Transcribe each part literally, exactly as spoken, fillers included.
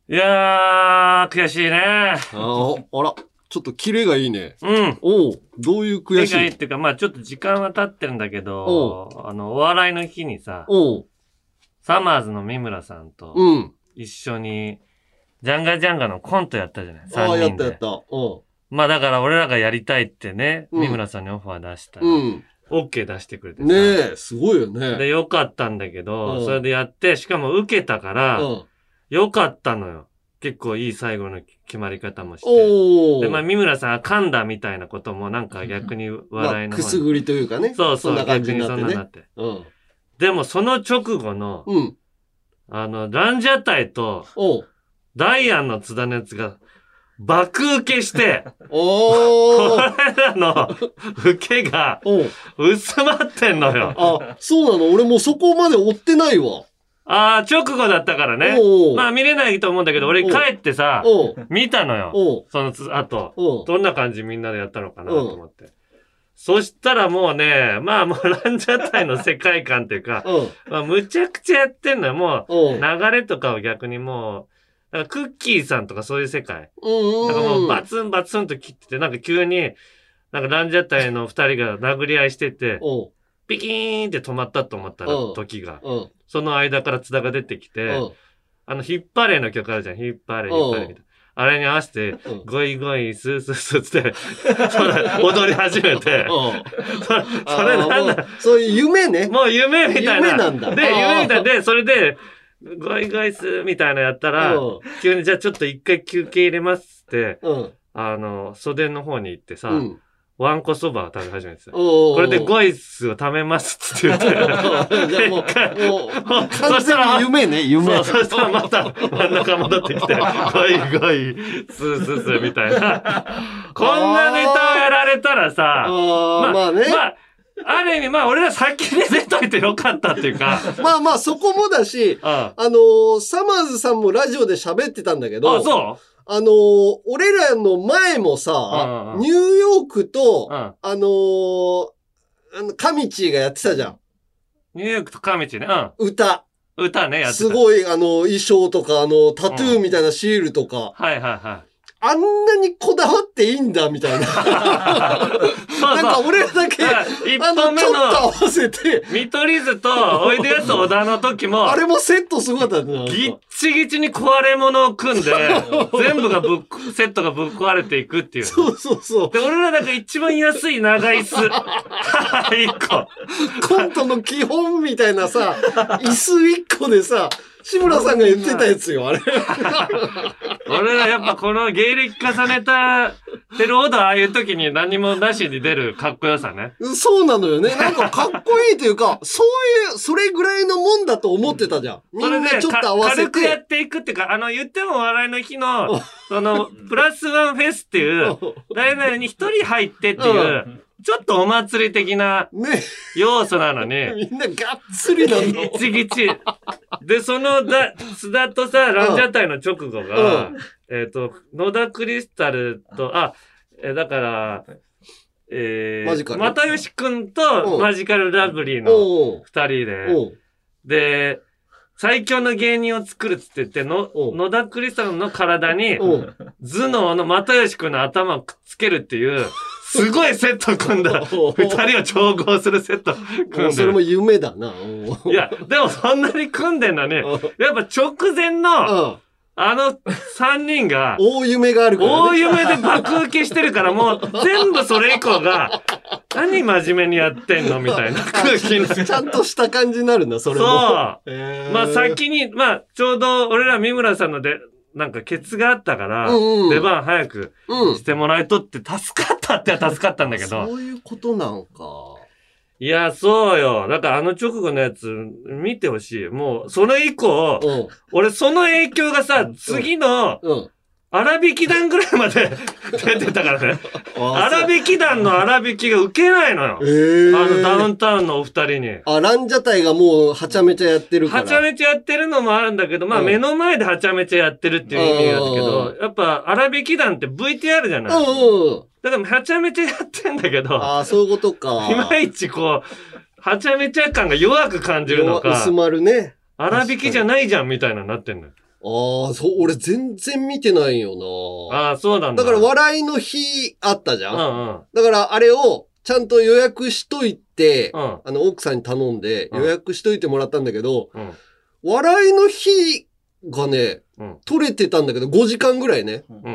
いやー、悔しいね。 ああら、ちょっとキレがいいね。 うん。 おう、どういう悔しい？ キレがいいっていうか、まあちょっと時間は経ってるんだけど、あの、お笑いの日にさ、 おう、 サマーズの三村さんと、 うん。 一緒に、ジャンガジャンガのコントやったじゃない？ ああ、やさんにんで。 ったやった。うん。 まあだから俺らがやりたいってね、 うん三村さんにオファー出したら、 うん。 オッケー出してくれてさ。 ねえ、すごいよね。 で、よかったんだけど、 うんそれでやって、しかも受けたから、 うん。 よかったのよ。結構いい最後の決まり方もして。 おー。 で、まあ、三村さん噛んだみたいなこともなんか逆に笑いの方に。 まあ、くすぐりというかね。 そうそう、 そんな感じ逆にになってね。 そんなになって。 うん。 でもその直後の、 うん。 あの、ランジャタイと、 おう。 ダイアンの津田のやつが、爆受けして、 おー。 これらの受けが、薄まってんのよ。 あ、そうなの？俺もうそこまで追ってないわ。 ああ、直後だったからね。まあ見れないと思うんだけど、俺帰ってさ、見たのよ。その後、どんな感じみんなでやったのかなと思って。そしたらもうね、まあもうランジャタイの世界観っていうか、まあむちゃくちゃやってんのよ。もう流れとかを逆にもう、なんかクッキーさんとかそういう世界。なんかもうバツンバツンと切ってて、なんか急に、なんかランジャタイの二人が殴り合いしてて、ピキーンって止まったと思ったら、時が。その間から津田が出てきて、あの、引っ張れの曲あるじゃん。引っ張れ、引っ張れみたいな。あれに合わせて、ゴイゴイ、スースースーつって、それ、踊り始めて、それなんだ。 そういう夢ね。 もう夢みたいな。 夢なんだ。 で、夢みたいで、それで、ゴイゴイスーみたいなやったら、急にじゃあちょっと一回休憩入れますって、あの、袖の方に行ってさ、ワンコそばを食べ始めてた。これでゴイスを食べますって言って。じゃあもう、もう、完全に夢ね、夢。そう、そしたらまた真ん中戻ってきて、ゴイゴイ、スースースーみたいな。こんなネタをやられたらさ、 まあ、まあね。 まあ、ある意味、まあ俺ら先に出といてよかったっていうか。 まあまあそこもだし、あのー、サマーズさんもラジオで喋ってたんだけど、 あ、そうあのー、俺らの前もさ、うんうん、ニューヨークと、うん、あのー、あの、カミチーがやってたじゃん。 ニューヨークとカミチーね。うん。 歌。 歌ね、やってた。 すごい、あの、衣装とか、あの、タトゥーみたいなシールとか。うん、 はいはいはい。 あんなにこだわっていいんだ、みたいな。そうそうなんか俺らだけ、 一本目の、ちょっと合わせて。 見取り図と、おいでやす小田の時も、 あれもセットすごかったね。 ぎっちぎちに壊れ物を組んで、全部がぶっ、セットがぶっ壊れていくっていう。 そうそうそう。 で、俺らだけ一番安い長椅子。一個。 コントの基本みたいなさ、椅子一個でさ、志村さんが言ってたやつよ、あれ。 俺らやっぱこの芸歴重ねたてるほどああいう時に何もなしに出るかっこよさね。 そうなのよね。なんかかっこいいというか、そういう、それぐらいのもんだと思ってたじゃん。みんなちょっと合わせて。 軽くやっていくっていうか、あの言っても笑いの日の、その、プラスワンフェスっていう、誰々に一人入ってっていう、ちょっとお祭り的な要素なのに。ね、 みんながっつりなの。 ぎちぎち。で、そのだ、須田とさ、ランジャタイの直後が、うん、えっと、野田クリスタルと、あ、えー、だから、えー、 マジカル。 又吉くんとマジカルラブリーの二人で、で、最強の芸人を作るっつって言っての、野田クリスタルの体に、頭脳の又吉くんの頭をくっつけるっていう、すごいセット組んだ。二人を調合するセット組んでる。 それも夢だな。 いや、でもそんなに組んでんのに、やっぱ直前の、あの三人が、 大夢があるから、ね。 大夢で爆受けしてるから、もう全部それ以降が、何真面目にやってんのみたいな空気に。 ちゃんとした感じになるんだ、それも。 そう。まあ先に、まあちょうど俺ら三村さんので、なんかケツがあったから、うんうん、出番早くしてもらえとって助かったっては助かったんだけど。 そういうことなんか。 いや、そうよ。だからあの直後のやつ見てほしい。もう、それ以降、うん、俺その影響がさ、次の、うんうん荒引き団ぐらいまで出てたからね。荒引き団の荒引きが受けないのよ。えー、あのダウンタウンのお二人に。 あ、ランジャタイがもうはちゃめちゃやってるから。 はちゃめちゃやってるのもあるんだけど、まあ目の前ではちゃめちゃやってるっていう意味なんだけど、やっぱ荒引き団って ブイティーアール じゃない。だからはちゃめちゃやってんだけど。 ああ、そういうことか。 いまいちこう、はちゃめちゃ感が弱く感じるのか。 薄まるね。 荒引きじゃないじゃんみたいなになってんのよ。 ああ、そう、俺全然見てないよな。 ああ、そうなんだ。 だから笑いの日あったじゃん。 うんうん、 だからあれをちゃんと予約しといて、うん、あの、奥さんに頼んで予約しといてもらったんだけど、うん、笑いの日がね、うん、撮れてたんだけど、ごじかんぐらいね。うんうんうん、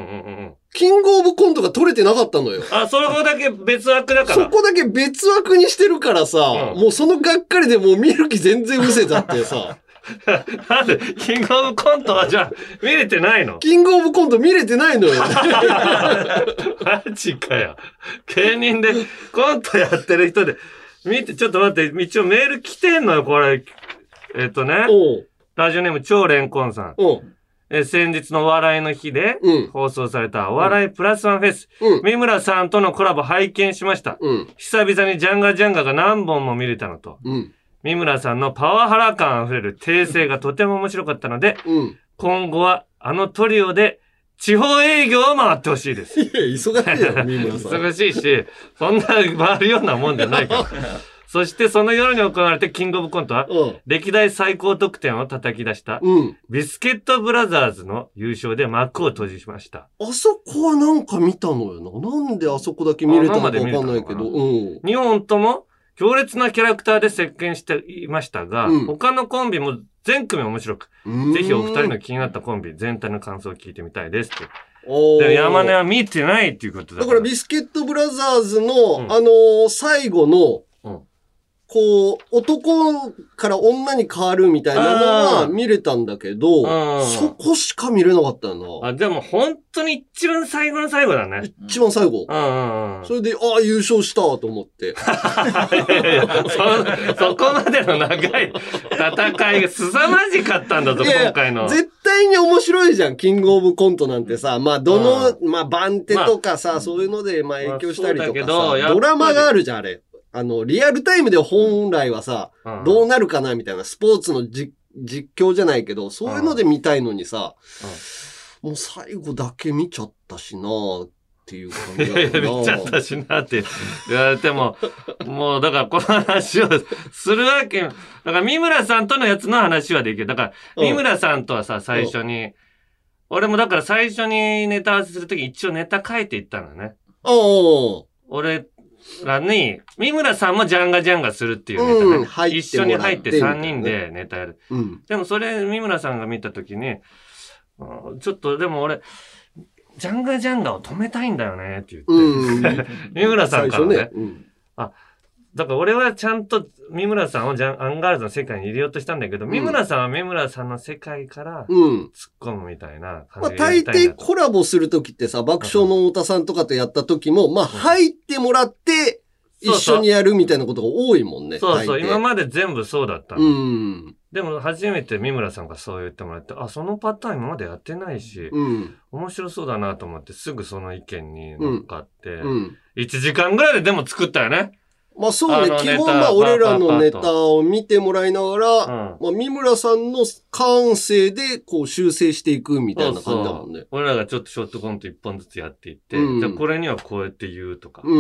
キングオブコントが撮れてなかったのよ。 あ、そこだけ別枠だから。 そこだけ別枠にしてるからさ、うん、もうそのがっかりでもう見る気全然失せちゃってさ。 なんで、キングオブコントはじゃあ、見れてないの？ キングオブコント見れてないのよ。 マジかよ。芸人でコントやってる人で、見て、ちょっと待って、一応メール来てんのよ、これ。えっとね。ラジオネーム超レンコンさん。え先日のお笑いの日で放送されたお笑いプラスワンフェス、うん、三村さんとのコラボ拝見しました。うん、久々にジャンガジャンガが何本も見れたのと、うん、三村さんのパワハラ感あふれる訂正がとても面白かったので、うん、今後はあのトリオで地方営業を回ってほしいです。 いや、忙しいよ、三村さん。 忙しいし、そんな回るようなもんじゃないから。そしてその夜に行われたキングオブコントは、うん、歴代最高得点を叩き出した、うん、ビスケットブラザーズの優勝で幕を閉じました。 あそこはなんか見たのよな。なんであそこだけ見れたのかわかんないけど。 にほんとも強烈なキャラクターで席巻していましたが、うん、他のコンビも全組面白く、ぜひお二人の気になったコンビ全体の感想を聞いてみたいですって。で山根は見てないっていうことだから。 だからビスケットブラザーズの、うん、あのー、最後の、うんこう、男から女に変わるみたいなのは見れたんだけど、そこしか見れなかったよな。 あ、でも本当に一番最後の最後だね。 一番最後。うんうん、それで、ああ、優勝したと思って。いやいやそ、そこまでの長い戦いが凄まじかったんだぞ、今回の。 絶対に面白いじゃん、キングオブコントなんてさ。まあ、どの、まあ、番手とかさ、まあ、そういうので、まあ、影響したりとかさ、まあ、ドラマがあるじゃん、あれ。あの、リアルタイムで本来はさ、うん、どうなるかなみたいな、スポーツのじ実況じゃないけど、そういうので見たいのにさ、うん、もう最後だけ見ちゃったしなっていう感じだよな。 いやいや見ちゃったしなって言われても、もうだからこの話をするわけ、だから三村さんとのやつの話はできる。だから三村さんとはさ、最初に、うん、俺もだから最初にネタ合わせするとき一応ネタ書いていったのね。おー俺、らに、三村さんもジャンガジャンガするっていうネタね。うん、入って一緒に入ってさんにんでネタやる。うん、でもそれ、三村さんが見たときに、うん、ちょっとでも俺、ジャンガジャンガを止めたいんだよねって言って。うん、三村さんからね。ねうん、あ、だから俺はちゃんと三村さんをジャンアンガールズの世界に入れようとしたんだけど、うん、三村さんは三村さんの世界から突っ込むみたいな感じで、うん。まあ大抵コラボするときってさ、爆笑の太田さんとかとやったときも、まあ入ってもらって、一緒にやるみたいなことが多いもんね。 そうそう、今まで全部そうだったの。うん。でも初めて三村さんがそう言ってもらって、あ、そのパターン今までやってないし、うん、面白そうだなと思ってすぐその意見に乗っかって、うん、いちじかんぐらいででも作ったよね。 まあそうね、基本まあ俺らのネタを見てもらいながら、うん、まあ三村さんの感性でこう修正していくみたいな感じだもんね。そうそう俺らがちょっとショートコント一本ずつやっていって、うん、じゃあこれにはこうやって言うとか。うん。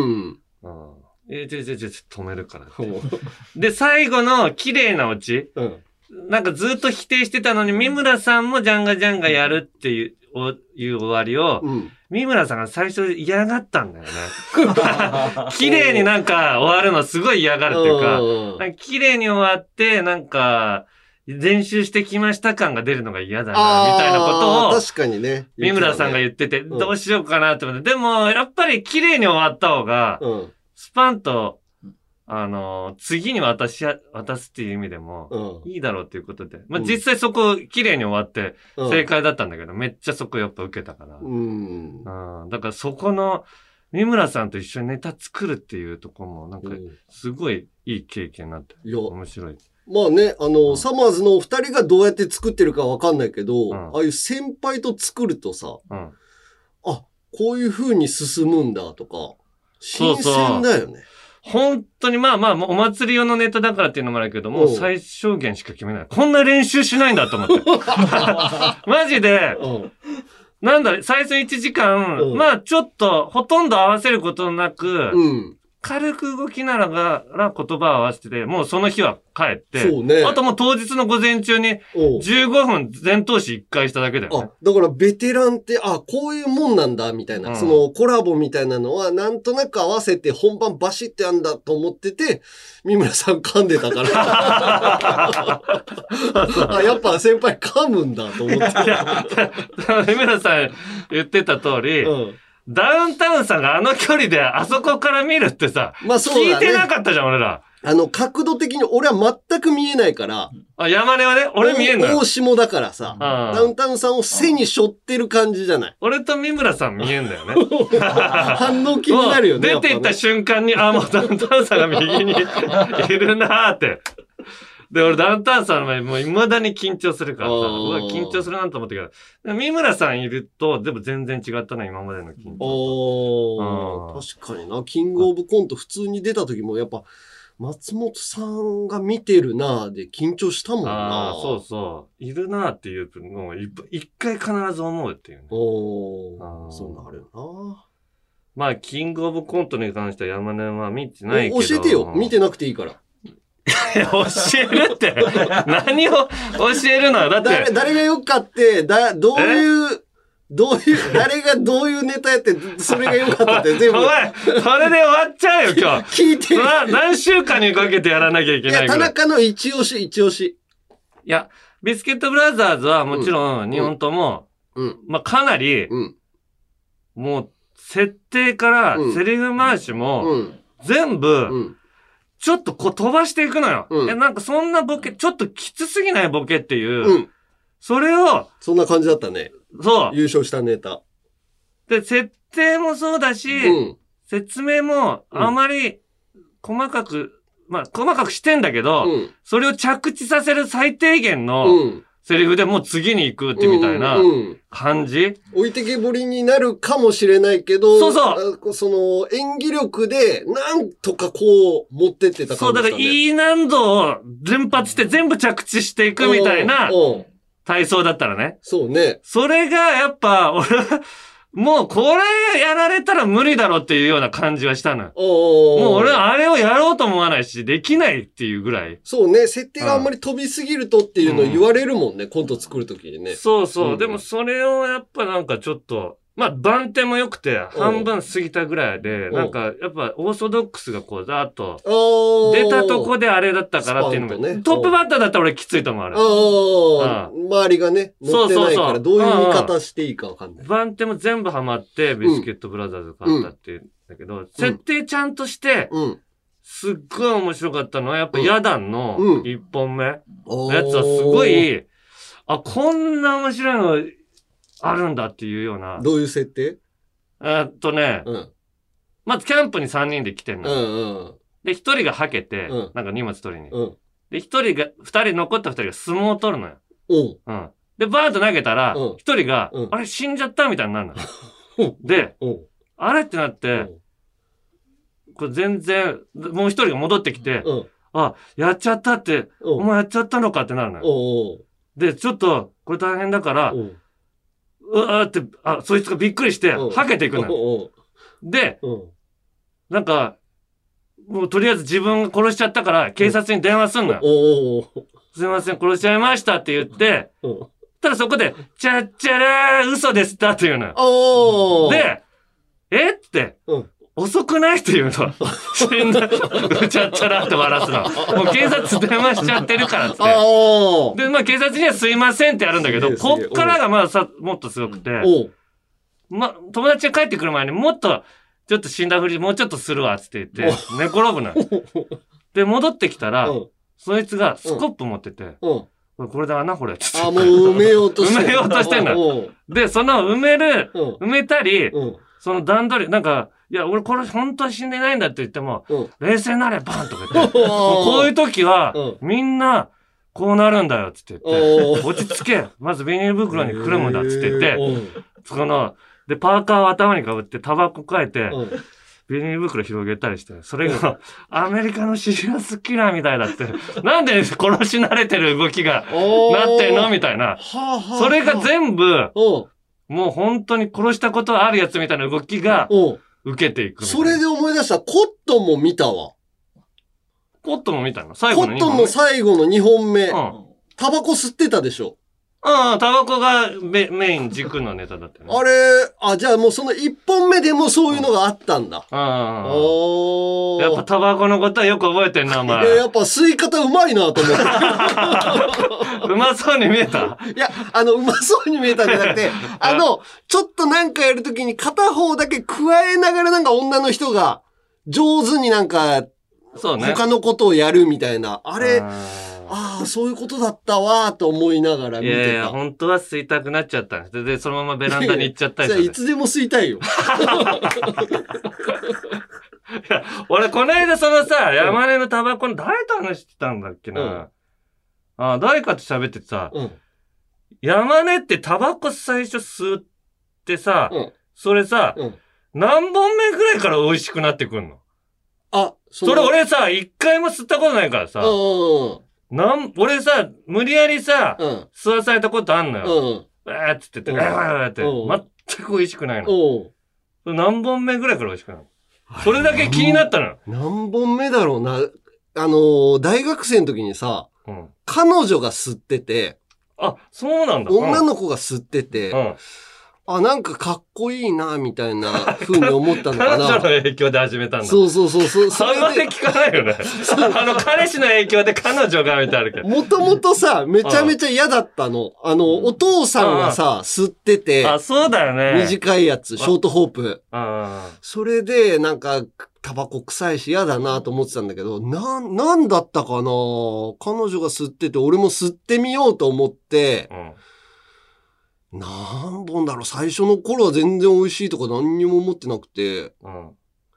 うんえー、ちょちょちょ、止めるからって。で、最後の綺麗なオチ。うん。なんかずっと否定してたのに、三村さんもジャンガジャンガやるっていう、おいう終わりを、うん、三村さんが最初嫌がったんだよね。綺麗になんか終わるのすごい嫌がるっていうか、なんか綺麗に終わって、なんか、練習してきました感が出るのが嫌だな、みたいなことを、 確かにね。 三村さんが言ってて、どうしようかなって思って、でも、やっぱり綺麗に終わった方が、うんスパンと、あのー、次に渡し、渡すっていう意味でも、いいだろうっていうことで。まあ、実際そこ、綺麗に終わって、正解だったんだけど、うん、めっちゃそこやっぱ受けたから。うん。うん。だからそこの、三村さんと一緒にネタ作るっていうところも、なんか、すごいいい経験になって、うん、面白い。 まあね、あの、うん、サマーズのお二人がどうやって作ってるかわかんないけど、うん、ああいう先輩と作るとさ、うん、あ、こういう風に進むんだとか、新鮮だよね。そうそう本当にまあまあ、お祭り用のネタだからっていうのもあるけども、最小限しか決めない。こんな練習しないんだと思って。マジで、なんだ、最初いちじかん、まあちょっとほとんど合わせることなく、うん、 軽く動きながら言葉を合わせてて、もうその日は帰って、 そうね。 あともう当日の午前中にじゅうごふん全投資いっかいしただけだよね。 あ、だからベテランって、あ、こういうもんなんだ、みたいな、うん。そのコラボみたいなのは、なんとなく合わせて本番バシってやんだと思ってて、三村さん噛んでたから。あ、やっぱ先輩噛むんだと思って。 三村さん言ってた通り、うん、ダウンタウンさんがあの距離であそこから見るってさ、まあそうだね、聞いてなかったじゃん、俺ら。 あの、角度的に俺は全く見えないから。 あ、山根はね、俺見えんのよ。 大下だからさ、ダウンタウンさんを背に背負ってる感じじゃない。 俺と三村さん見えんだよね。 反応気になるよね。 出ていった瞬間に、あ、もうダウンタウンさんが右にいるなーって。で、俺ダウンタウンさんの前もう未だに緊張するからさ、うわ、緊張するなと思ったけど、三村さんいると、でも全然違ったな、今までの緊張。 おー、確かにな。キングオブコント普通に出た時もやっぱ、松本さんが見てるなぁで緊張したもんな。ああ、そうそう。いるなぁっていうのを一回必ず思うっていうね。 おー。そうなるよな。 まあ、キングオブコントに関しては山根は見てないけど。 教えてよ。見てなくていいから。 いや、教えるって何を教えるのよ。だって。 誰、誰がよかって、だ、どういう、どういう、誰がどういうネタやって、それが良かったって全部。 お前、それで終わっちゃうよ、今日。聞いてる。 何週間にかけてやらなきゃいけないから。いや、田中の一押し、一押し。 いや、ビスケットブラザーズはもちろん、日本とも、うんうん、まあ、かなり、うん、もう、設定からセリフ回しも、全部、うんちょっとこう飛ばしていくのよ。うん、え、なんかそんなボケ、ちょっときつすぎないボケっていう。うん。それを。 そんな感じだったね。そう。優勝したネタ。 で、設定もそうだし、うん、説明もあまり細かく、うん、まあ細かくしてんだけど、うん、それを着地させる最低限の、うんセリフでもう次に行くってみたいな感じ、うんうん、 置いてけぼりになるかもしれないけど、 そうそう。 その演技力でなんとかこう持ってってた感じ、ね、 そう、だから E 難度を連発して全部着地していくみたいな体操だったらね。 そうね。 それがやっぱ俺は、もうこれやられたら無理だろっていうような感じはしたの。もう俺はあれをやろうと思わないし、できないっていうぐらい。 そうね。設定があんまり飛びすぎるとっていうのを言われるもんね。うん、コント作るときにね。 そうそう。うん、でもそれをやっぱなんかちょっと、まあ番手も良くて半分過ぎたぐらいで、なんかやっぱオーソドックスがこうざーっと出たとこであれだったからっていうのも、ね、トップバッターだったら俺きついと思うあれ。 周りがね、乗ってないからどういう見方していいかわかんない。 番手も全部ハマってビスケットブラザーズが勝ったっていうんだけど、うん、設定ちゃんとして、うん、すっごい面白かったのはやっぱヤダンの一本目のやつはすごい、あ、こんな面白いのあるんだっていうような。 どういう設定？ えっとね、うん、まずキャンプにさんにんで来てんの。うんうん、で、ひとりがはけて、うん、なんか荷物取りに。うん、で、ひとりが、ふたり残ったふたりが相撲を取るのよ。うん。で、バーッと投げたら、ひとりが、うん、あれ死んじゃったみたいになるのよ。で、あれってなって、これ全然、もうひとりが戻ってきて、あ、やっちゃったって、お前やっちゃったのかってなるのよ。で、ちょっと、これ大変だから、うわーって、あ、そいつがびっくりして、はけていくのよ。で、なんか、もうとりあえず自分が殺しちゃったから、警察に電話すんのよ。すいません、殺しちゃいましたって言って、ただそこで、ちゃっちゃらー、嘘でしたって言うのよ。で、えって、遅くないって言うの。死んだ、うちゃっちゃらって笑すの。もう警察電話しちゃってるからって。で、まあ警察にはすいませんってやるんだけど、こっからがまあさ、もっとすごくて、ま、友達が帰ってくる前にもっと、ちょっと死んだふりもうちょっとするわっつって言って、寝転ぶのよ。で、戻ってきたら、そいつがスコップ持ってて、これだな、これ。 あ、もう埋めようとして埋めようとしてんの。で、その埋める、埋めたり、その段取り、なんか、いや、俺これ本当は死んでないんだって言っても、うん、冷静になれバンとか言って、こういう時は、うん、みんな、こうなるんだよ、つって言って、落ち着け、まずビニール袋にくるむんだ、つって言って、その、で、パーカーを頭にかぶって、タバコかえて、ビニール袋広げたりして、それが、アメリカのシリアスキラーみたいだって、なんで殺し慣れてる動きがなってんのみたいな。それが全部、もう本当に殺したことあるやつみたいな動きが、受けていく。 それで思思い出した。コットンも見たわ。 コットンも見たの最後のにほんめ。コットンの最後のにほんめ。うん。タバコ吸ってたでしょ。 ああ、タバコがメメイン軸のネタだったね。 あれ、あ、じゃあもうそのいっぽんめでもそういうのがあったんだ。 うん、ああ。おー。やっぱタバコのことはよく覚えてんな、お前。 やっぱ吸い方うまいなと思って。 うまそうに見えたいや、あの、うまそうに見えたんじゃなくて、あの、ちょっとなんかやるときに片方だけ加えながらなんか女の人が上手になんか、そうね。他のことをやるみたいな。あれ、ああ、そういうことだったわーと思いながら見てた。いやいや、 本当は吸いたくなっちゃったんです。で、そのままベランダに行っちゃったりして。 いつでも吸いたいよ。いや、俺、この間そのさ、山根のタバコの誰と話してたんだっけな。うん、ああ、誰かと喋っててさ、うん、山根ってタバコ最初吸ってさ、うん、それさ、うん、何本目ぐらいから美味しくなってくんの？あ、そ, それ俺さ、一回も吸ったことないからさ、なん、俺さ、無理やりさ、うん、吸わされたことあんのよ。うん。えーっつってて、えーって、全く美味しくないの。うん。何本目ぐらいから美味しくないの？それだけ気になったの。 何本目だろうな。あのー、大学生の時にさ、うん、彼女が吸ってて、 あ、そうなんだ。 女の子が吸ってて、うん、あ、なんかかっこいいな、みたいな風に思ったのかな。 彼女の影響で始めたんだ。 そうそうそうそう。 そんまで聞かないよね。あの、彼氏の影響で彼女がみたいなるけど。 もともとさ、めちゃめちゃ嫌だったの。あの、お父さんがさ、吸ってて。 あ、そうだよね。 短いやつ、ショートホープ。それで、なんか、タバコ臭いし嫌だなと思ってたんだけど、な、なんだったかな、彼女が吸ってて、俺も吸ってみようと思って、うん何本だろう最初の頃は全然美味しいとか何にも思ってなくて。うん。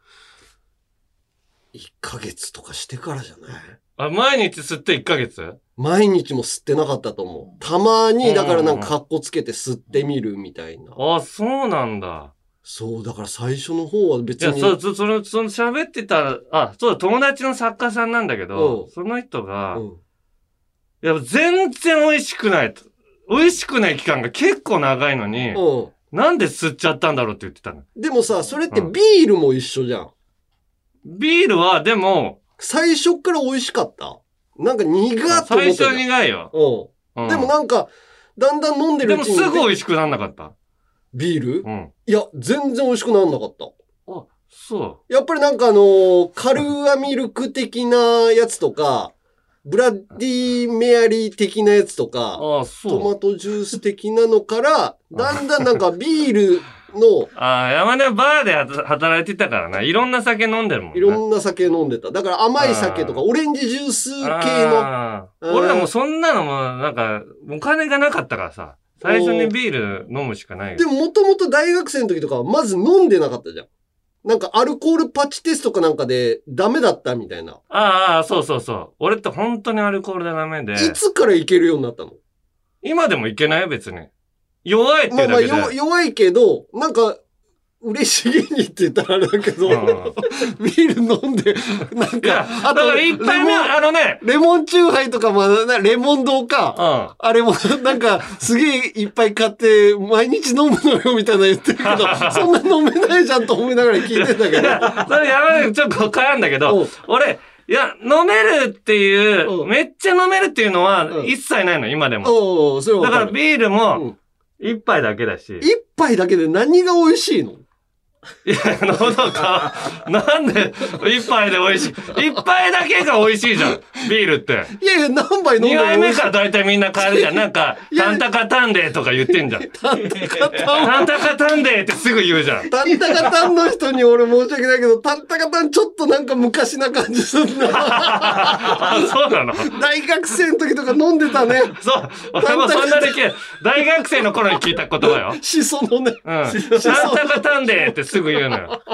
いっかげつとかしてからじゃない？ あ、毎日吸っていっかげつ？ 毎日も吸ってなかったと思う。たまに、だからなんかカッコつけて吸ってみるみたいな。 あ、そうなんだ。 そう、だから最初の方は別に。 いや、そ、そ、その、その喋ってた、あ、そうだ、友達の作家さんなんだけど、うん、その人が、うん、いや、全然美味しくないと。美味しくない期間が結構長いのに、うん、なんで吸っちゃったんだろうって言ってたの。 でもさ、それってビールも一緒じゃん。 うん、ビールは、でも、 最初から美味しかった。なんか苦っと思ってた。 最初は苦いよ。 うん。でもなんか、だんだん飲んでるうちに。 でもすぐ美味しくなんなかった。 ビール？うん。いや、全然美味しくなんなかった。 あ、そう。 やっぱりなんかあのー、カルーアミルク的なやつとか、ブラッディメアリー的なやつとか、ああトマトジュース的なのから、だんだんなんかビールの、 ああ、山根はバーで働いてたからな。いろんな酒飲んでるもんね。 いろんな酒飲んでた。だから甘い酒とか、オレンジジュース系の。 俺らもそんなのも、なんか、お金がなかったからさ、最初にビール飲むしかないよ。 でももともと大学生の時とかはまず飲んでなかったじゃん。なんかアルコールパッチテストかなんかでダメだったみたいな。 ああ、そうそうそう。俺って本当にアルコールでダメで。 いつからいけるようになったの？ 今でもいけないよ、別に。弱いっていうだけで。まあまあ弱いけど、なんか、嬉しげにって言ったらあれだけど、うん、ビール飲んで、なんか、 あと、一杯目は、あのね、 レモンチューハイとかも、レモン堂か、うん、あれも、なんか、すげえいっぱい買って、毎日飲むのよ、みたいな言ってるけど、そんな飲めないじゃんと思いながら聞いてんだけど。 それやばい、ちょっと変えんだけど、俺、いや、飲めるっていう、めっちゃ飲めるっていうのは、一切ないの、今でも。だからビールも、一杯だけだし。 一杯だけで何が美味しいの？ いや、喉か、なんで、一杯で美味しい。一杯だけが美味しいじゃん、ビールって。 いやいや、何杯飲んでも美味しい。 二杯目から大体みんな変えるじゃん。なんか、タンタカタンデーとか言ってんじゃん。タンタカタンタンタカタンデーってすぐ言うじゃん。 タンタカタンの人に俺申し訳ないけど、タンタカタンちょっとなんか昔な感じするんだ。 あ、そうなの？ 大学生の時とか飲んでたね。 そう。俺もそんなできる。大学生の頃に聞いた言葉よ。 しそのね。 うん。タンタカタンデーってすぐ言うのよ。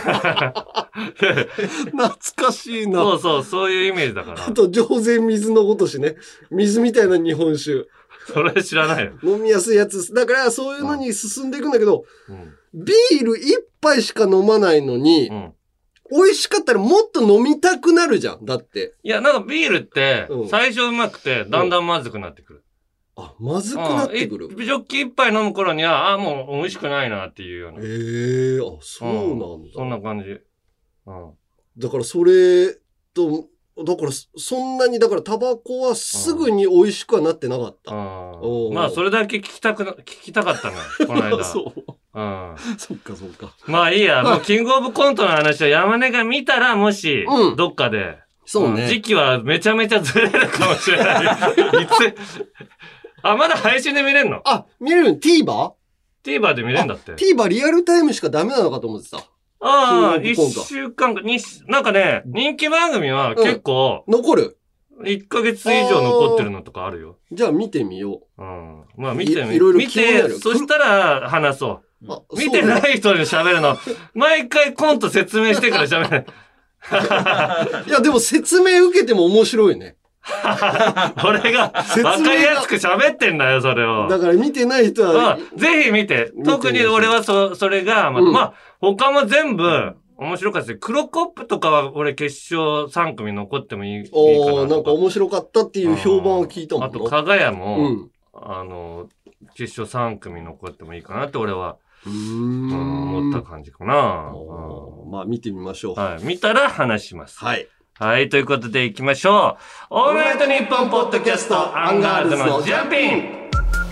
懐かしいな。 そうそう、そういうイメージだから。 あと、上善水のごとしね。水みたいな日本酒。 それ知らないよ。 飲みやすいやつ。だから、そういうのに進んでいくんだけど、うん、ビール一杯しか飲まないのに、うん、美味しかったらもっと飲みたくなるじゃん。だって。 いや、なんかビールって、最初うまくて、だんだんまずくなってくる。 うん、あ、まずくなってくる。 ジョッキ一杯飲む頃には、あ、もう美味しくないなっていうような。 へえー、あ、そうなんだ、うん。 そんな感じ。 うん、だからそれと、だからそんなに、だからタバコはすぐに美味しくはなってなかった。 まあそれだけ聞きたくな、聞きたかったのよ、この間。そう。 うん。そっかそっか。 まあいいや、もうキングオブコントの話は山根が見たらもし、うん、どっかで。 そうね。 時期はめちゃめちゃずれるかもしれない。いつ、あ、まだ配信で見れんの？ あ、見れるの ?TVer？ TVer で見れるんだって。 TVer リアルタイムしかダメなのかと思ってた。 ああ、一週間か、に、なんかね、人気番組は結構、 うん、残るいっかげつ以上残ってるのとかあるよ。 じゃあ見てみよう。うん。まあ見てみ、いろいろ見て、そしたら話そう。見てない人に喋るの。毎回コント説明してから喋る。 いや、でも説明受けても面白いね。 俺が、わかりやすく喋ってんだよ、それを。 だから見てない人は。 ぜひ見て。特に俺はそ、それが、まあ、うん、まあ、他も全部、面白かったです。黒コップとかは俺決勝さん組残ってもいい、いいかな。 おー、なんか面白かったっていう評判を聞いたもん。 あと、かがやも、うん、あの、決勝さん組残ってもいいかなって俺は、うーん、思った感じかな。 うん、まあ見てみましょう。 はい。見たら話します。 はい。 はい。ということで行きましょう。オールナイトニッポンポッドキャストアンガールズのジャンピン。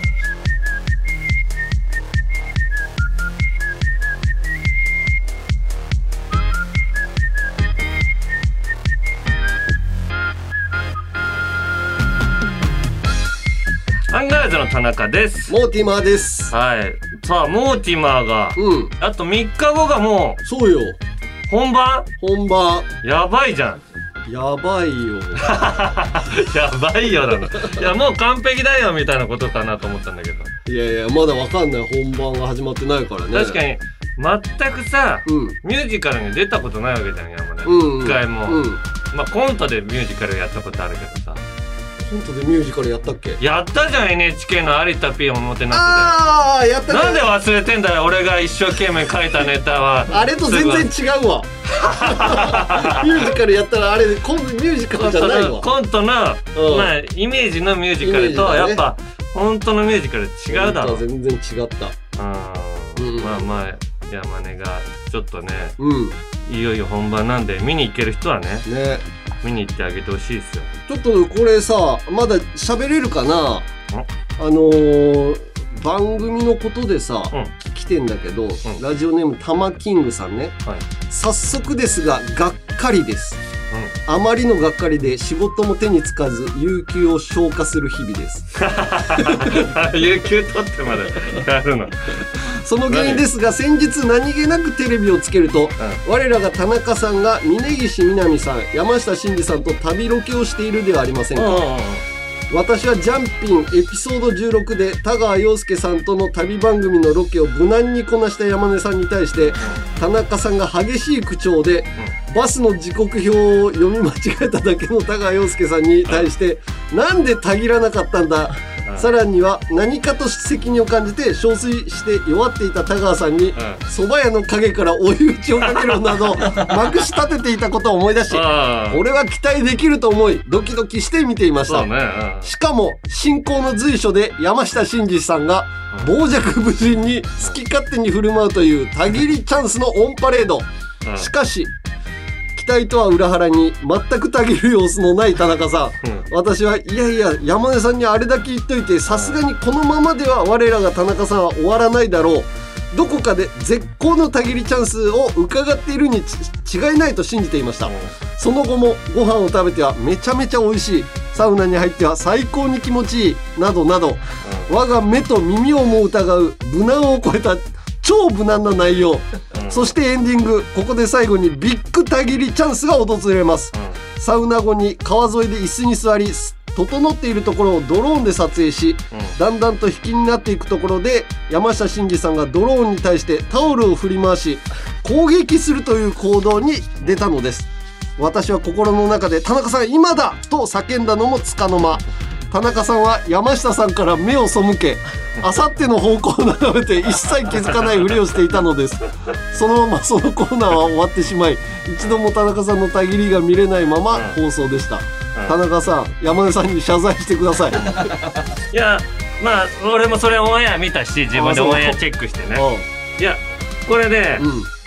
アンガールズの田中です。 モーティマーです。 はい。さあ、モーティマーが、うん。あとみっかごがもう、そうよ。 本番？ 本番。 やばいじゃん。 やばいよ。 やばいよなの。いや、もう完璧だよみたいなことかなと思ったんだけど。 いやいや、まだわかんない。本番が始まってないからね。 確かに、全くさ、うん、ミュージカルに出たことないわけじゃん、山根。うん、一回も。うん、まあコントでミュージカルやったことあるけどさ。 コントでミュージカルやったっけ？ やったじゃん エヌエイチケー の有田 P おもてなすで。 ああ、やったね。 なんで忘れてんだよ、俺が一生懸命書いたネタは。 あれと全然違うわ。ミュージカルやったらあれコントミュージカルじゃないわ。 コントの、まあイメージのミュージカルと、やっぱ本当のミュージカル違うだろ。 全然違った。 うん、まあまあ山根がちょっとね、うん、いよいよ本番なんで見に行ける人はね。ね。見に行ってあげてほしいですよ。 ちょっとこれさ、まだ喋れるかな？あのー、番組のことでさ、うん、来てんだけど、うん、ラジオネームたまキングさんね、はい、早速ですががっかりです、うん、あまりのがっかりで仕事も手につかず有給を消化する日々です。 有給取ってまでやるの？ その原因ですが、先日何気なくテレビをつけると、うん、我らが田中さんが峯岸みなみさん、山下真司さんと旅ロケをしているではありませんか。私はジャンピンエピソードじゅうろくで田川陽介さんとの旅番組のロケを無難にこなした山根さんに対して田中さんが激しい口調でバスの時刻表を読み間違えただけの田川陽介さんに対してなんでたぎらなかったんだ、さらには何かと責任を感じて憔悴して弱っていた田川さんに蕎麦屋の陰から追い打ちをかけるなどまくし立てていたことを思い出し、俺は期待できると思いドキドキして見ていました。しかも進行の随所で山下真司さんが傍若無人に好き勝手に振る舞うというたぎりチャンスのオンパレード。しかし期待とは裏腹に全くたぎる様子のない田中さん、うん、私はいやいや山根さんにあれだけ言っといてさすがにこのままでは我らが田中さんは終わらないだろう、どこかで絶好のたぎりチャンスを伺っているに違いないと信じていました、うん、その後もご飯を食べてはめちゃめちゃ美味しい、サウナに入っては最高に気持ちいいなどなど、うん、我が目と耳をも疑う無難を超えた超無難な内容、うん、そしてエンディング、ここで最後にビッグたぎりチャンスが訪れます、うん、サウナ後に川沿いで椅子に座り整っているところをドローンで撮影し、うん、だんだんと引きになっていくところで山下真司さんがドローンに対してタオルを振り回し攻撃するという行動に出たのです。私は心の中で田中さん今だと叫んだのもつかの間、田中さんは山下さんから目を背けあさっての方向を眺めて一切気づかないふりをしていたのです。そのままそのコーナーは終わってしまい一度も田中さんのたぎりが見れないまま放送でした、うんうん、田中さん山根さんに謝罪してください。 いやまあ俺もそれオンエア見たし自分でオンエアチェックしてね、いやこれね、うん、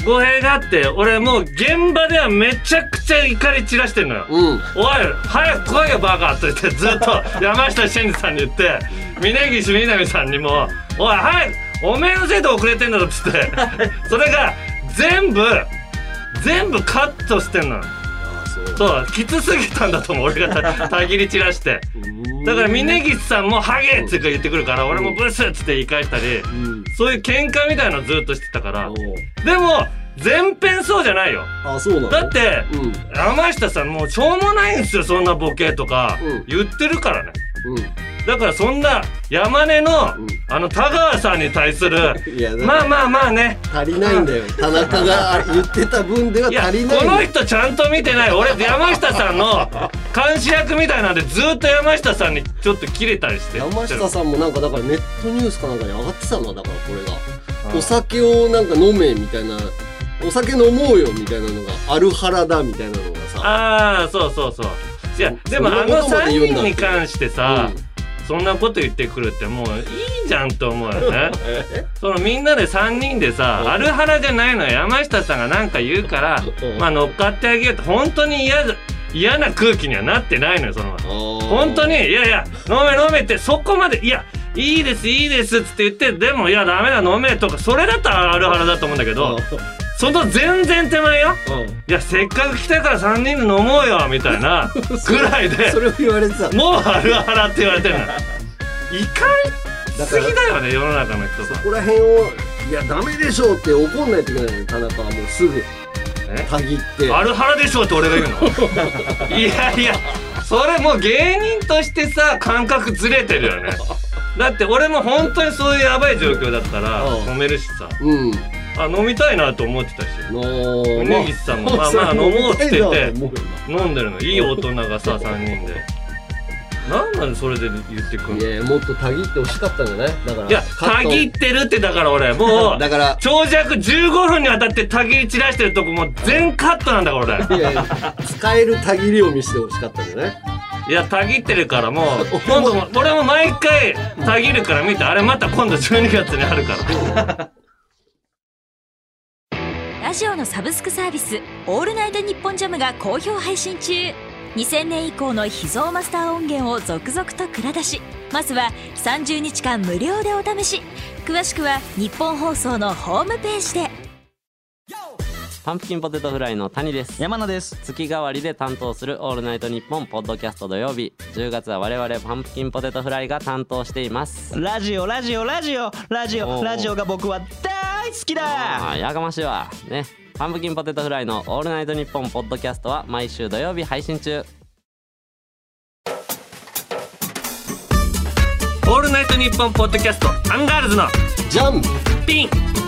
語弊があって、俺もう現場ではめちゃくちゃ怒り散らしてんのよ。うん、おい、早く来いよバカって言ってずっと山下真司さんに言って、峯岸みなみさんにも、おい、早く、おめえのせいで遅れてんだろっつって、それが全部、全部カットしてんのよ。そう、きつすぎたんだと思う、俺が た, たぎり散らして。だから峯岸さんもハゲって言ってくるから、俺もブスっつって言い返したり、うん、そういう喧嘩みたいなのずっとしてたから。でも全編そうじゃないよ。 あ、そうなの？ だって、うん、山下さんもうしょうもないんですよ、そんなボケとか、うん、言ってるからね。うん、だからそんな山根の、うん、あの田川さんに対するまあまあまあね、 足りないんだよ。田中が言ってた分では足りない。 この人ちゃんと見てない。俺山下さんの監視役みたいなんでずっと山下さんにちょっとキレたりして。 山下さんもなんかだからネットニュースかなんかに上がってたのだからこれが、お酒をなんか飲めみたいな、お酒飲もうよみたいなのがあるはらだみたいなのがさ。 ああ、そうそうそう。いやでもあのさんにんに関してさ、うん、そんなこと言ってくるってもういいじゃんと思うよね。そのみんなでさんにんでさ、あるはらじゃないのよ。山下さんがなんか言うからまあ乗っかってあげようって、本当に嫌だ嫌な空気にはなってないのよ。その本当にいやいや飲め飲めってそこまで、いやいいですいいですって言って、でもいやダメだ飲めとか、それだったらあるはらだと思うんだけど、その全然手前よ、うん、いやせっかく来たからさんにんで飲もうよみたいなぐらいでそれを言われてた。 もうあるはらって言われてるの。怒りすぎだよね世の中の人。 そこら辺をいやダメでしょうって怒んないといけないの。田中はもうすぐたぎってあるはらでしょうって俺が言うのいやいやそれもう芸人としてさ感覚ずれてるよね。だって俺も本当にそういうやばい状況だったら飲めるしさ、うん、あ飲みたいなと思ってたし、峯岸さんもまあまあ飲もうって言って飲んでるの。いい大人がささんにんでなんなんでそれで言ってくんの。 いやもっとたぎってほしかったんじゃない。だからいやたぎってるって、だから俺もうだから長尺じゅうごふんにわたってたぎり散らしてるとこも全カットなんだから俺。いやいや使えるたぎりを見せてほしかったんじゃない。 いやたぎってるからもう今度も俺も毎回たぎるから見て、あれまた今度じゅうにがつにあるからラジオのサブスクサービスオールナイトニッポンジャムが好評配信中。にせんねん以降の秘蔵マスター音源を続々と蔵出し。まずはさんじゅうにちかん無料でお試し。詳しくは日本放送のホームページで。 パンプキンポテトフライの谷です。 山野です。 月替わりで担当するオールナイトニッポンポッドキャスト土曜日、じゅうがつは我々パンプキンポテトフライが担当しています。 ラジオラジオラジオラジオラジオが僕は大好きだ。 あやかましいわね。パンプキンポテトフライのオールナイトニッポンポッドキャストは毎週土曜日配信中。 オールナイトニッポンポッドキャストアンガールズのジャンピン。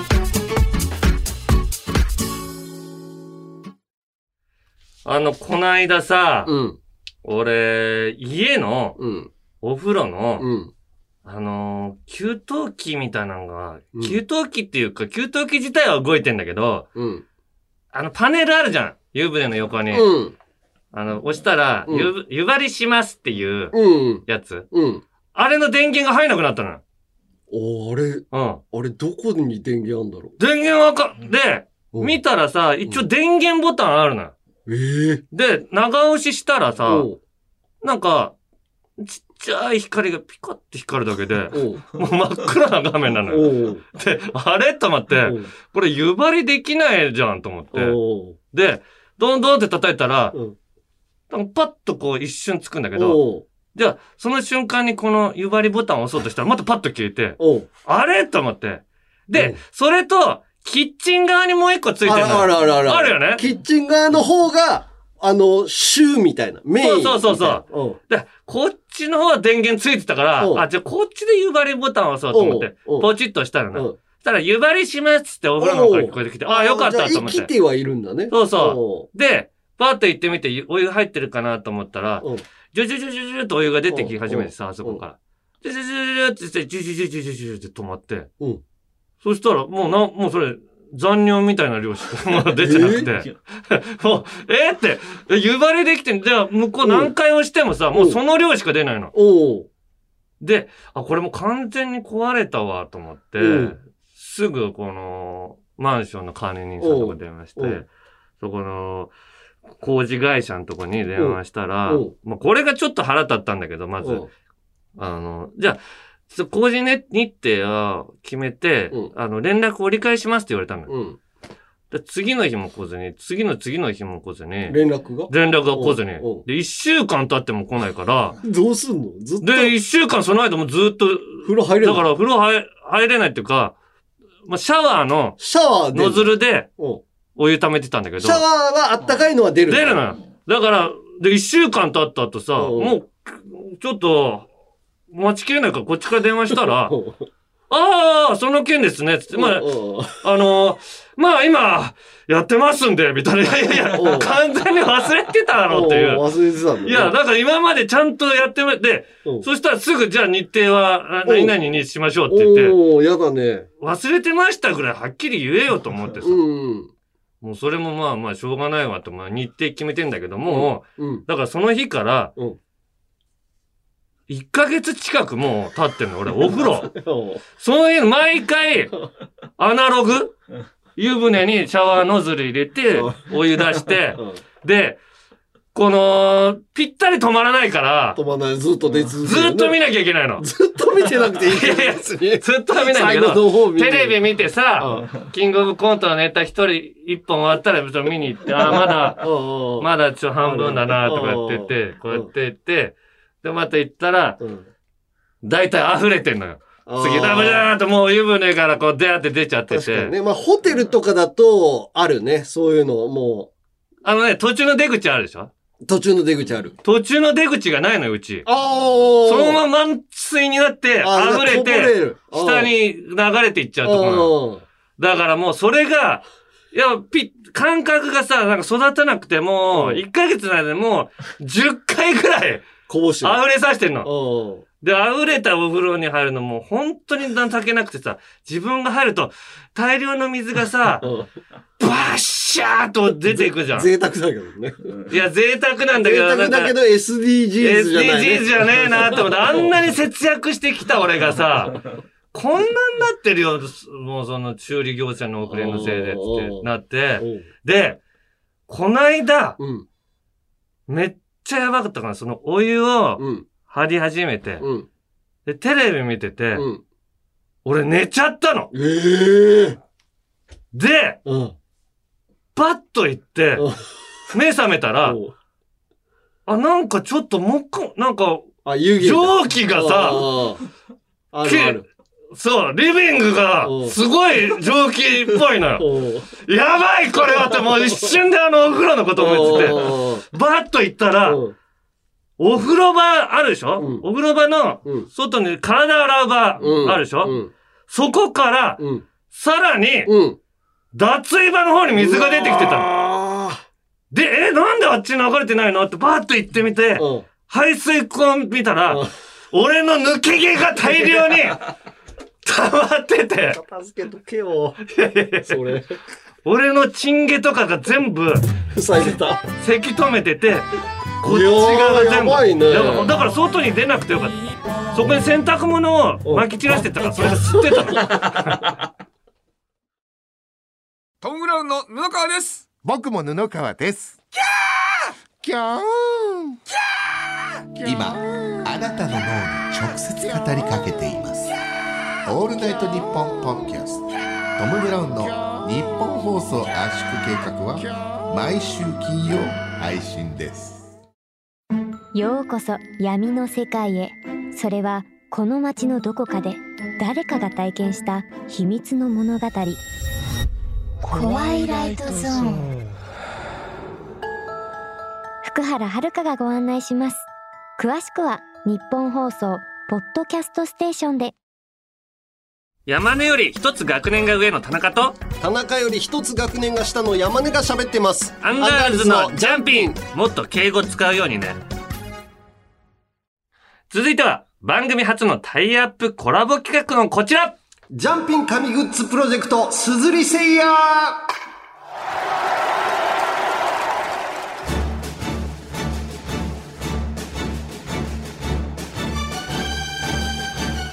あのこないださ、うん、俺家の、うん、お風呂の、うん、あのー、給湯器みたいなのが、うん、給湯器っていうか給湯器自体は動いてんだけど、うん、あのパネルあるじゃん、湯船の横に、うん、あの押したら、うん、湯張りしますっていうやつ、うんうん、あれの電源が入んなくなったの。 おあれ、うん、あれどこに電源あるんだろう。 電源わかで、うん、見たらさ一応電源ボタンあるのよ。えー、で長押ししたらさ、なんかちっちゃい光がピカッて光るだけでもう真っ暗な画面なのよ。であれと思ってこれ湯張りできないじゃんと思ってでどんどんって叩いたらパッとこう一瞬つくんだけど、じゃあその瞬間にこの湯張りボタンを押そうとしたらまたパッと消えてあれと思ってでそれとキッチン側にもう一個ついてるの。 あるあるある。 あるよね。 キッチン側の方が、あの、シューみたいな。メイン。 そうそうそうそう。で、こっちの方は電源ついてたから、あ、じゃあこっちで湯張りボタンを押そうと思って、ポチッとしたらね。そしたら湯張りしますってお風呂の方から聞こえてきて、あ、よかったと思って。 生きてはいるんだね。 そうそう。で、パッと行ってみて、お湯入ってるかなと思ったら、ジュジュジュジュジュってお湯が出てき始めてさ、あそこから。ジュジュジュジュって言って、ジュジュジュジュジュジュって止まって。そしたら、もうな、もうそれ、残尿みたいな量しかまだ出てなくて。えー、もう、えー、って、湯張りできてん、じゃあ向こう何回押してもさ、もうその量しか出ないの。で、あ、これもう完全に壊れたわ、と思って、すぐこの、 マンションの管理人さんとか電話して、そこの工事会社のとこに電話したら、まあこれがちょっと腹立ったんだけど、まず、あの、じゃあ、工事日程を決めて、あの、連絡折り返しますって言われたのよ。で次の日も来ずに、次の次の日も来ずに。 連絡が連絡が来ずに。で、一週間経っても来ないから。 どうすんのずっと。 で、一週間その間もずっと。 風呂入れない。 だから風呂入入れないっていうか、まあ、シャワーの。 シャワーノズルで、お湯溜めてたんだけど。 シャワーはあったかいのは出る。 出るのよ。だから、で、一週間経った後さ、もう、ちょっと、待ちきれないからこっちから電話したら、ああ、その件ですね。つって、まあ、あのー、まあ今、やってますんで、みたいな。いやいやいや、完全に忘れてただろうっていう。 忘れてたんだ、ね。 いや、だから今までちゃんとやってま、で、そしたらすぐじゃあ日程は何々にしましょうって言って。 おお、やだね。 忘れてましたぐらいはっきり言えよと思ってさ。うん、もうそれもまあまあしょうがないわと、まあ日程決めてんだけども、うん、だからその日から、うんいっかげつ近くもう経ってんの、俺、お風呂。そういうの、毎回、アナログ湯船にシャワーノズル入れて、お湯出して、で、この、ぴったり止まらないから、 止まらない、ずっと出続ける、ね。ずっと見なきゃいけないの。 ずっと見てなくていいやつに。 ずっと見ないんだけど、テレビ見てさ、キングオブコントのネタ一人一本終わったら見に行って、あ、まだ、まだちょっと半分だなとかやってて、こうやって言って、で、また行ったら、だいたい溢れてんのよ。次、ダメだーともう湯船からこう、出会って出ちゃってて。 確かにね。まあ、ホテルとかだと、あるね。そういうの、もう。あのね、途中の出口あるでしょ？ 途中の出口ある。 途中の出口がないのよ、うち。 ああ。 そのまま満水になって、溢れて、下に流れていっちゃうところ。だからもうそれが、いや、ピッ、感覚がさ、なんか育たなくても、いっかげつの間でもう、じゅっかいぐらい、 こぼして。 溢れさせてんの。で、溢れたお風呂に入るのも本当に情けなくてさ、自分が入ると大量の水がさ、バッシャーと出ていくじゃん。 贅沢だけどね。 いや、贅沢なんだけど、 贅沢だけど エスディージーズ じゃない、ね。 エスディージーズ じゃねえなって思って、あんなに節約してきた俺がさ、こんなんなってるよ、もうその修理業者の遅れのせいでってなって、で、こないだ、うん、めっちゃやばかったから、そのお湯を張り始めて、うん、で、テレビ見てて、うん、俺寝ちゃったの。えー、で、うん、バッと行って、目覚めたら、あ、なんかちょっともっか、なんか、蒸気がさ、 あるある。 そう、リビングが、すごい蒸気っぽいのよ。やばいこれはって、もう一瞬であのお風呂のこと思ってて、バッと行ったら、お風呂場あるでしょ、うん、お風呂場の、外に体洗う場あるでしょ、うんうん、そこから、うん、さらに、うん、脱衣場の方に水が出てきてたの。で、え、なんであっちに流れてないのってバーッと行ってみて、うん、排水口見たら、うん、俺の抜け毛が大量に溜まってて。 助けとけよ。それ。 俺のチン毛とかが全部、 塞いでた。 せき止めてて、こっち側が全部。 やばいね。 だから外に出なくてよかった。そこに洗濯物を撒き散らしてたから、それが吸ってたの。 トム・ブラウンの布川です。 僕も布川です。 キャーキャーキャー今あなたの脳に直接語りかけています。オールナイトニッポンポッドキャストトム・ブラウンの日本放送圧縮計画は毎週金曜配信です。 ようこそ闇の世界へ。それはこの街のどこかで誰かが体験した秘密の物語。コワイライトゾーン。福原遥がご案内します。詳しくは日本放送ポッドキャストステーションで。 山根より一つ学年が上の田中と田中より一つ学年が下の山根が喋ってます。 アンガールズのジャンピン。もっと敬語使うようにね。続いては番組初のタイアップコラボ企画のこちら、 ジャンピン神グッズプロジェクトすずりせいや。 さあ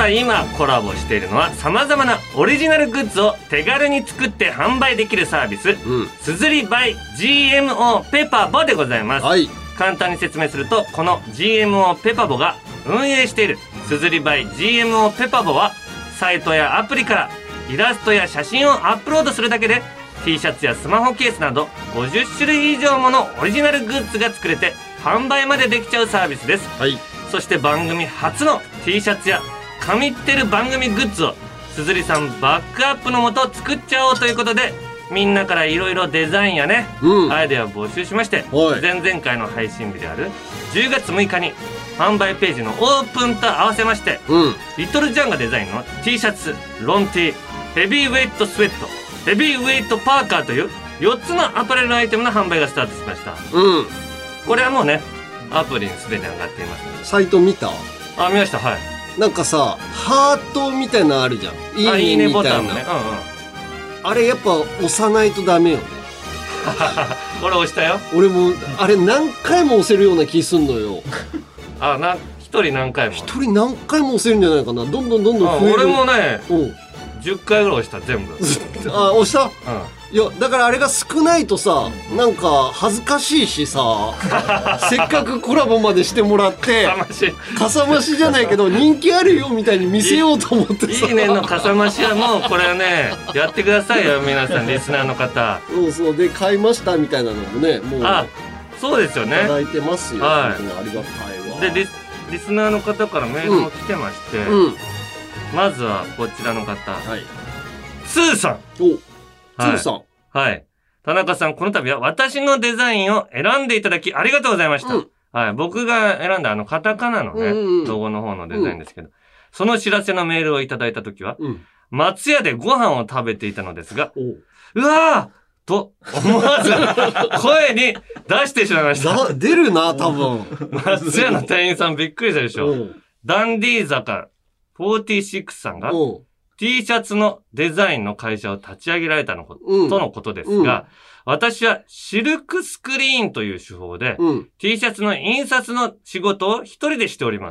あ今コラボしているのはさまざまなオリジナルグッズを手軽に作って販売できるサービス、すずり by ジーエムオー ペパボでございます、はい、簡単に説明すると、この ジーエムオー ペパボが運営しているすずり by ジーエムオー ペパボは、サイトやアプリからイラストや写真をアップロードするだけで T シャツやスマホケースなどごじゅっしゅるい以上ものオリジナルグッズが作れて販売までできちゃうサービスです、はい、そして番組初の T シャツや神ってる番組グッズをすずりさんバックアップのもと作っちゃおうということで、みんなからいろいろデザインやね、うん、アイデアを募集しまして、前々回の配信日であるじゅうがつむいかに販売ページのオープンと合わせまして、うん、リトルジャンがデザインの T シャツ、ロン T、ヘビーウェイトスウェット、ヘビーウェイトパーカーというよっつのアパレルアイテムの販売がスタートしました、うん、これはもうねアプリにすでに上がっています、ね、 サイト見た？ あ、見ました。はい。 なんかさ、ハートみたいなのあるじゃん。いいねみたいな。いいねボタンね。うんうん。あれやっぱ押さないとダメよね。 俺押したよ。 俺もあれ何回も押せるような気すんのよ。 あ、な一人何回も。 一人何回も押せるんじゃないかな。どんどんどんどん増える。 俺もね、じゅっかいぐらい押した全部。 あ、押した。うん。いやだからあれが少ないとさ、なんか恥ずかしいしさせっかくコラボまでしてもらってかさ増しかさ増しじゃないけど人気あるよみたいに見せようと思ってさ、 いいねのかさ増しはもうこれはねやってくださいよ皆さんリスナーの方。 そうそうで買いましたみたいなのもねもうあそうですよねいただいてますよ、はい、ありがたいわ。 で リ, リスナーの方からメールも来てまして、うんうん、まずはこちらの方、はい、ツーさんおツーさん、 はい。田中さん、この度は私のデザインを選んでいただきありがとうございました。うん、はい。僕が選んだあのカタカナのね、うんうん、ロゴの方のデザインですけど、うん、その知らせのメールをいただいたときは、うん、松屋でご飯を食べていたのですが、うわーと思わず声に出してしまいました。 出るな、多分。 松屋の店員さんびっくりしたでしょ。ダンディー坂よんじゅうろくさんが、T シャツのデザインの会社を立ち上げられたのこと、うん、とのことですが、うん、私はシルクスクリーンという手法で、うん、T シャツの印刷の仕事を一人でしております。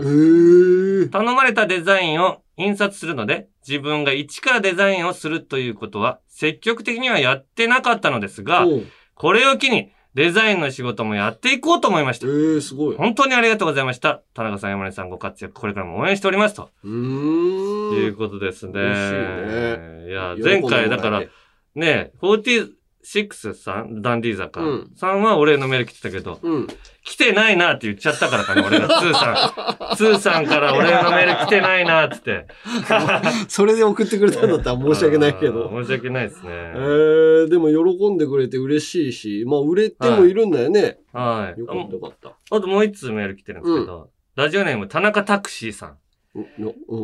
頼まれたデザインを印刷するので、自分が一からデザインをするということは積極的にはやってなかったのですが、これを機にデザインの仕事もやっていこうと思いました。 えー、すごい。 本当にありがとうございました。田中さん、山根さんご活躍、これからも応援しておりますと。うーん。いうことですね。嬉しいね。いや、前回だから、ね、よんじゅうろくさん、ダンディー坂、うん、さんは俺のメール来てたけど、うん、来てないなって言っちゃったからかな、俺がツーさん。ツーさんから俺のメール来てないなってって。 それで送ってくれたんだったら申し訳ないけど。 申し訳ないですね。えー、でも喜んでくれて嬉しいし、まあ売れてもいるんだよね。 はい。はい、 よかったよかった。 あともう一通メール来てるんですけど、うん、ラジオネーム田中タクシーさん。うん。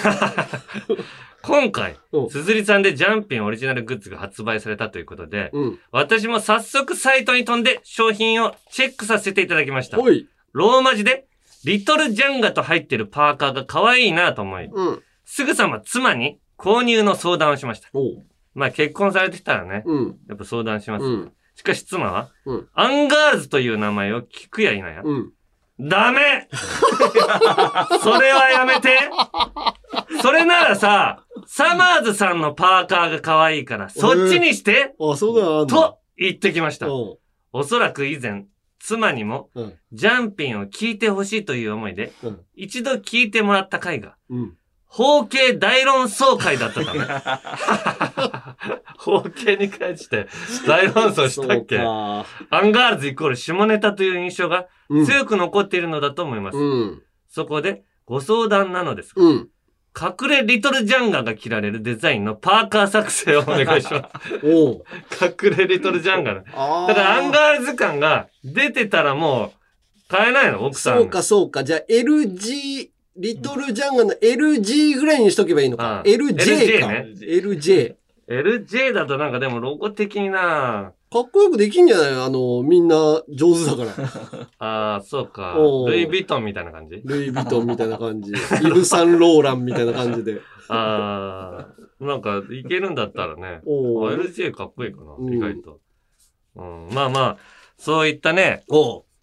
今回、すずりさんでジャンピンオリジナルグッズが発売されたということで、うん、私も早速サイトに飛んで商品をチェックさせていただきました。ローマ字で、リトルジャンガと入ってるパーカーが可愛いなと思い、うん、すぐさま妻に購入の相談をしました。まあ結婚されてきたらね、うん、やっぱ相談します、うん。しかし妻は、うん、アンガールズという名前を聞くやいなや、うんダメそれはやめてそれならさ、サマーズさんのパーカーが可愛いから、そっちにして、 えー、あ、そうだよ。 と言ってきました。おそらく以前、妻にも、うん、ジャンピンを聞いてほしいという思いで、うん、一度聞いてもらった回が、うん包茎大論争会だったため。包茎に関して大論争したっけアンガールズイコール下ネタという印象が強く残っているのだと思います。うん、そこでご相談なのですが、うん、隠れリトルジャンガが着られるデザインのパーカー作成をお願いします。隠れリトルジャンガだ。だからアンガールズ感が出てたらもう買えないの奥さん。 そうかそうか。じゃあ エルジー、リトルジャンガの エルジー ぐらいにしとけばいいのか。エルジェー か。エルジェー。 エルジェー だとなんかでもロゴ的になかっこよくできんじゃないあの、みんな上手だから。 ああ、そうか。ルイ・ヴィトンみたいな感じルイ・ヴィトンみたいな感じ。イヴ・サンローランみたいな感じで。 ああ、なんかいけるんだったらね。エルジェー かっこいいかな、意外と。うん、まあまあ、そういったね、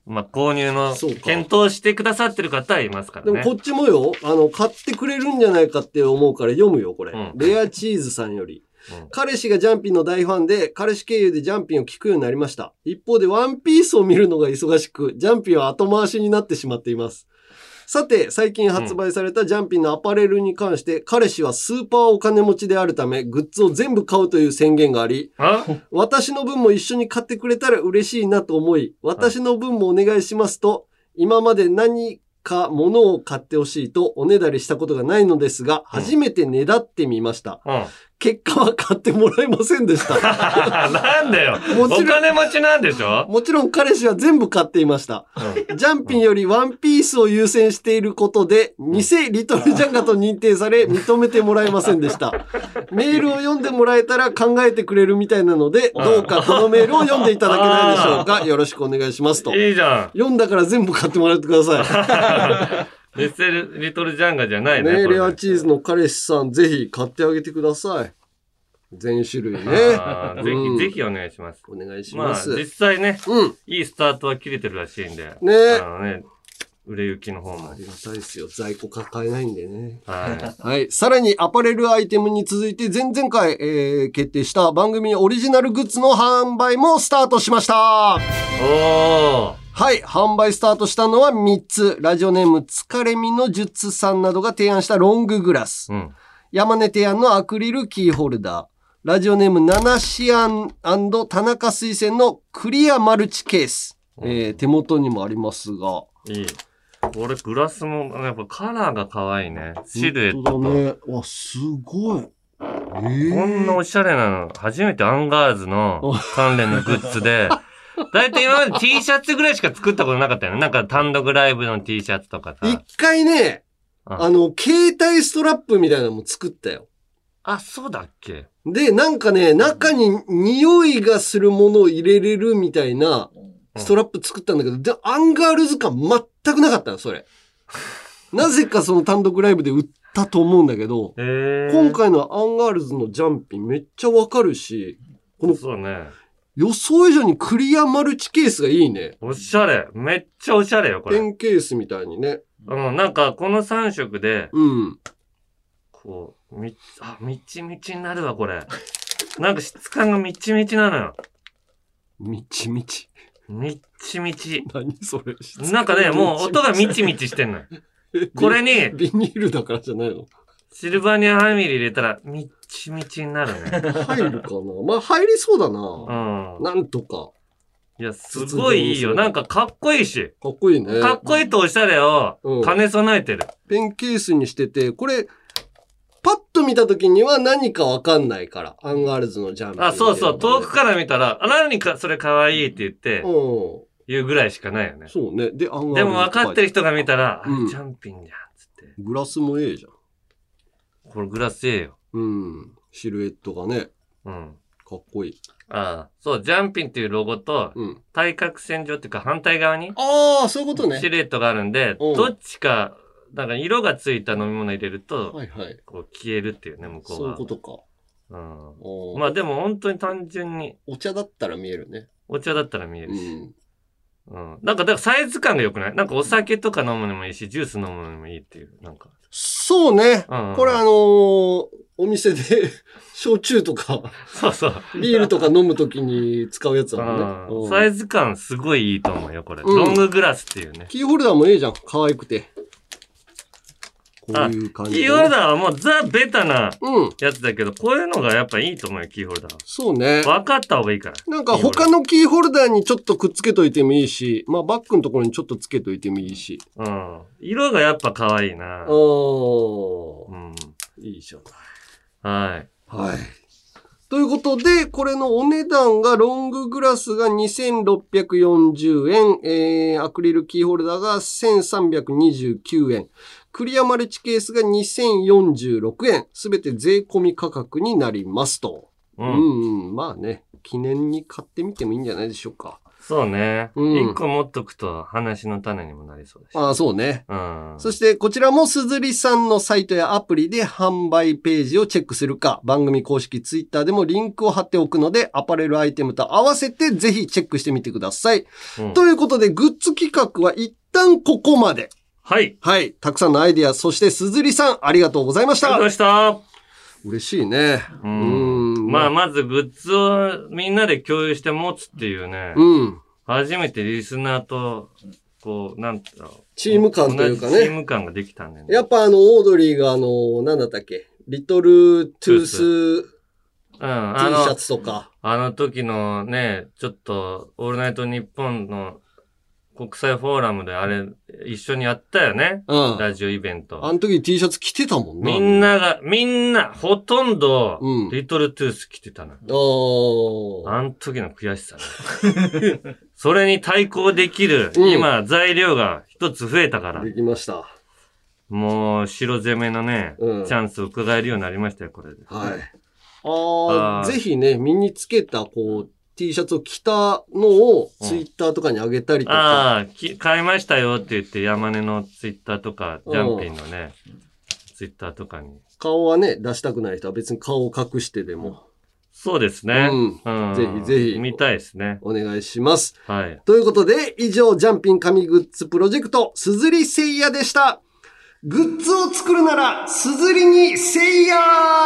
まあ、購入の検討してくださってる方はいますからね。 でもこっちもよ、あの、買ってくれるんじゃないかって思うから読むよ、これ。うん、レアチーズさんより。うん、彼氏がジャンピンの大ファンで、彼氏経由でジャンピンを聞くようになりました。一方でワンピースを見るのが忙しく、ジャンピンは後回しになってしまっています。さて、最近発売されたジャンピンのアパレルに関して、うん、彼氏はスーパーお金持ちであるため、グッズを全部買うという宣言があり、あ私の分も一緒に買ってくれたら嬉しいなと思い、私の分もお願いしますと、今まで何か物を買ってほしいとおねだりしたことがないのですが、初めてねだってみました。うんうん結果は買ってもらえませんでした。 なんだよ。お金持ちなんでしょ？ もちろん彼氏は全部買っていました。うん、ジャンピンよりワンピースを優先していることで、偽リトルジャンガと認定され、認めてもらえませんでした。メールを読んでもらえたら考えてくれるみたいなので、どうかこのメールを読んでいただけないでしょうか。よろしくお願いしますと。 いいじゃん。 読んだから全部買ってもらってください。リトルジャンガじゃないね。 ねレアチーズの彼氏さん、ぜひ買ってあげてください。全種類ね。 ぜひ、ぜひお願いします。 お願いします。 まあ、実際ね、うん、いいスタートは切れてるらしいんで。 ねあのね、売れ行きの方も。 ありがたいですよ。在庫抱えないんでね。はい。はい。さらに、アパレルアイテムに続いて、前々回、えー、決定した番組オリジナルグッズの販売もスタートしました。おー。はい。販売スタートしたのはみっつ。ラジオネーム、疲れみの術さんなどが提案したロンググラス。うん、山根提案のアクリルキーホルダー。ラジオネーム、ナナシアン&田中推薦のクリアマルチケース。うん、えー、手元にもありますが。 いい。これグラスも、やっぱカラーが可愛いね。シルエット。 本当だね。わ、すごい。 えー、こんなおしゃれなの、初めてアンガールズの関連のグッズで、だいたい今まで T シャツぐらいしか作ったことなかったよね。なんか単独ライブの T シャツとかさ。 一回ね、あの、携帯ストラップみたいなのも作ったよ。 あ、そうだっけ？ で、なんかね、中に匂いがするものを入れれるみたいなストラップ作ったんだけど、で、アンガールズ感全くなかったの、それ。なぜかその単独ライブで売ったと思うんだけど、今回のアンガールズのジャンピンめっちゃわかるし、 この、そうね。 予想以上にクリアマルチケースがいいね。 おしゃれ。めっちゃおしゃれよ、これ。 ペンケースみたいにね。 うん、なんかこのさん色で、うん。こう、み、あ、みちみちになるわ、これ。なんか質感がみちみちなのよ。 みちみち。 みちみち。 何それ。 なんかね、もう音がみちみちしてんのよ。これに、 ビニールだからじゃないの？ シルバニアファミリー入れたら、みちみちになるね。 入るかな？まあ、入りそうだな。うん。なんとか。 いや、すごいいいよ。なんかかっこいいし。 かっこいいね。 かっこいいとおしゃれを兼ね備えてる、 うん。ペンケースにしてて、これ、パッと見た時には何かわかんないから。アンガールズのジャンプ、ね。 あ、そうそう。遠くから見たら、あ、何かそれかわいいって言って、言うぐらいしかないよね。 そうね。で、アンガールズ。 でも分かってる人が見たら、うん、ジャンピンじゃん。つって。 グラスもええじゃん。 これグラスええよ。 うん。シルエットがね。うん。かっこいい。 ああ、そう、ジャンピンっていうロゴと、うん、対角線上っていうか反対側に、 ああ、そういうことね。 シルエットがあるんで、どっちか、なんか色がついた飲み物入れると、はいはい。こう消えるっていうね、向こうは。 そういうことか。 うん。まあでも本当に単純に。 お茶だったら見えるね。 お茶だったら見えるし。うん。うん、なんか、だからサイズ感が良くない？なんかお酒とか飲むのもいいし、ジュース飲むのもいいっていう、なんか。 そうね。うんうん、これあのー、お店で、焼酎とか、 そうそう。 ビールとか飲むときに使うやつだもんね、 うん。サイズ感すごいいいと思うよ、これ。うん、ロンググラスっていうね。 キーホルダーもいいじゃん。可愛くて。こういう感じ、ね。 キーホルダーはもうザ・ベタなやつだけど、うん、こういうのがやっぱいいと思うよ、キーホルダー。 そうね。 分かった方がいいから。 なんか他のキーホルダーにちょっとくっつけといてもいいし、まあバッグのところにちょっとつけといてもいいし。 うん。色がやっぱ可愛いな。 おー。うん。いいじゃん。 はい。 はい。ということで、これのお値段が、ロンググラスがにせんろっぴゃくよんじゅうえん、えー、アクリルキーホルダーがせんさんびゃくにじゅうきゅうえん、クリアマルチケースがにせんよんじゅうろくえん、すべて税込み価格になりますと。うん、うん、まあね、記念に買ってみてもいいんじゃないでしょうか。 そうね。うん。一個持っとくと話の種にもなりそうだし。 ああ、そうね。 うん。 そしてこちらもすずりさんのサイトやアプリで販売ページをチェックするか、番組公式ツイッターでもリンクを貼っておくので、アパレルアイテムと合わせてぜひチェックしてみてください。うん、ということで、グッズ企画は一旦ここまで。 はい。 はい。たくさんのアイディア、そしてすずりさん、ありがとうございました。 ありがとうございました。 嬉しいね。 うん。うんまあ、まずグッズをみんなで共有して持つっていうね。 うん。 初めてリスナーと、こう、なんていうの。 チーム感というかね。 チーム感ができたんだよね。 やっぱあの、オードリーがあの、なんだったっけ、リトルトゥース、うん、T シャツとか。 あの時のね、ちょっと、オールナイトニッポンの国際フォーラムであれ、一緒にやったよね。 うん。 ラジオイベント。 あの時 T シャツ着てたもんね。 みんなが、みんな、ほとんど、リトルトゥース着てたの。 おー。 あの時の悔しさね。それに対抗できる、うん、今、材料が一つ増えたから。 できました。 もう、白攻めのね、うん、チャンスを伺えるようになりましたよ、これで。 はい。ああ、ぜひね、身につけた、こう、T シャツを着たのをツイッターとかに上げたりとか。うん、 ああ、買いましたよって言って山根のツイッターとか、ジャンピンのね、ツイッターとかに。 顔はね、出したくない人は別に顔を隠してでも。 そうですね。 うん。うん、ぜひぜひ。 見たいですね。 お願いします。 はい。 ということで、以上、ジャンピン神グッズプロジェクト、すずりせいやでした。グッズを作るなら、すずりにせいや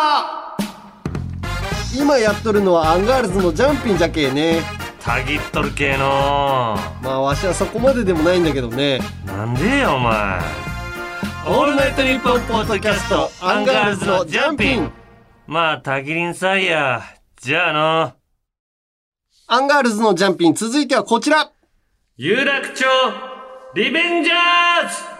今やっとるのはアンガールズのジャンピンじゃけえね。 たぎっとるけえのまあわしはそこまででもないんだけどね。 なんでよお前。オールナイトニッポンポッドキャストアンガールズのジャンピン。まあたぎりんさいや。じゃあのアンガールズのジャンピン、続いてはこちら。 有楽町リベンジャーズ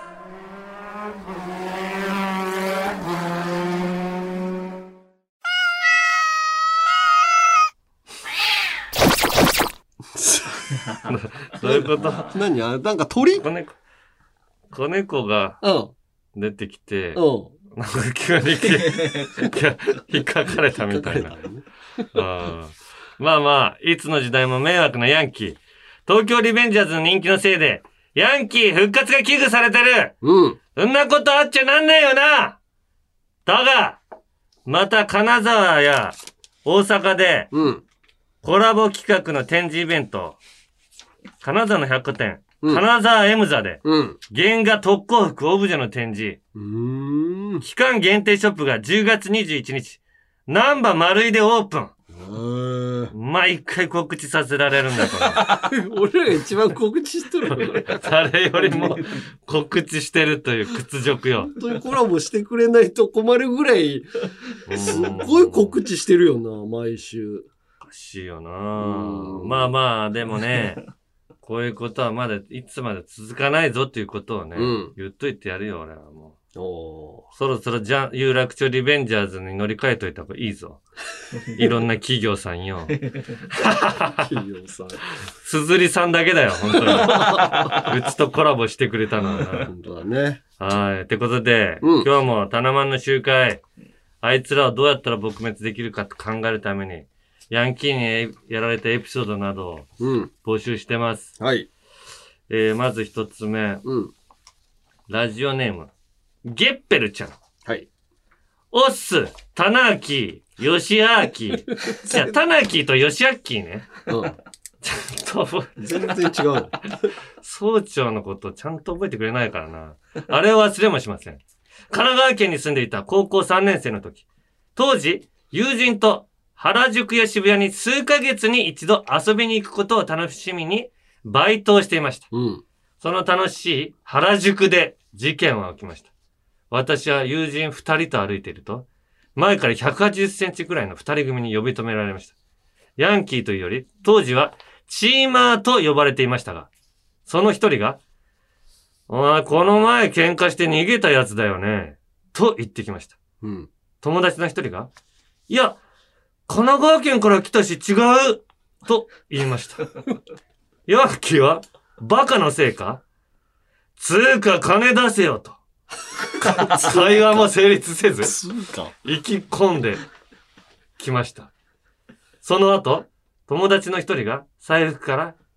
どういうこと？ 何あれなんか鳥？ 子猫。子猫が出てきて、 うん、 なんか急に引っかかれたみたいな。あまあまあ、いつの時代も迷惑なヤンキー。東京リベンジャーズの人気のせいで、ヤンキー復活が危惧されてる。 うん。 そんなことあっちゃなんねえよな。だが、また金沢や大阪で、 うん。 コラボ企画の展示イベント、金沢の百貨店、うん、金沢エムザで、 うん、 原画特攻服オブジェの展示、 うーん期間限定ショップがじゅうがつにじゅういちにち、難波丸井でオープン。毎回告知させられるんだから。 俺らが一番告知しとるよ。誰よりも告知してるという屈辱よ。 本当にコラボしてくれないと困るぐらい、すっごい告知してるよな、毎週。 おかしいよな。まあまあ、でもね、こういうことはまだいつまで続かないぞっていうことをね、うん、言っといてやるよ、俺はもう。 おそろそろじゃ有楽町リベンジャーズに乗り換えといた方がいいぞ。いろんな企業さんよ。 企業さん。 すずりさんだけだよ、本当に。うちとコラボしてくれたのはな。 本当だね。 はい。ってことで、うん、今日もタナマンの集会、あいつらをどうやったら撲滅できるかと考えるために、ヤンキーにやられたエピソードなどを募集してます。 うん、はい。 えー、まず一つ目。 うん。 ラジオネーム。ゲッペルちゃん。 はい。 オッス、タナーキー、ヨシアーキー。じゃあ、タナーキーとヨシアッキーね。 うん。 ちゃんと覚え、全然違う。 総長のことをちゃんと覚えてくれないからな。あれを忘れもしません。神奈川県に住んでいた高校さんねん生の時。当時、友人と原宿や渋谷に数ヶ月に一度遊びに行くことを楽しみにバイトをしていました。 うん。 その楽しい原宿で事件は起きました。私は友人二人と歩いていると、前からひゃくはちじゅっセンチくらいの二人組に呼び止められました。ヤンキーというより、当時はチーマーと呼ばれていましたが、その一人が、お前この前喧嘩して逃げたやつだよね、と言ってきました。 うん、 友達の一人が、いや、神奈川県から来たし違う、と言いました。ヤンキーは、バカのせいか？つーか金出せよと。会話も成立せず、生き込んできました。その後、友達の一人が財布から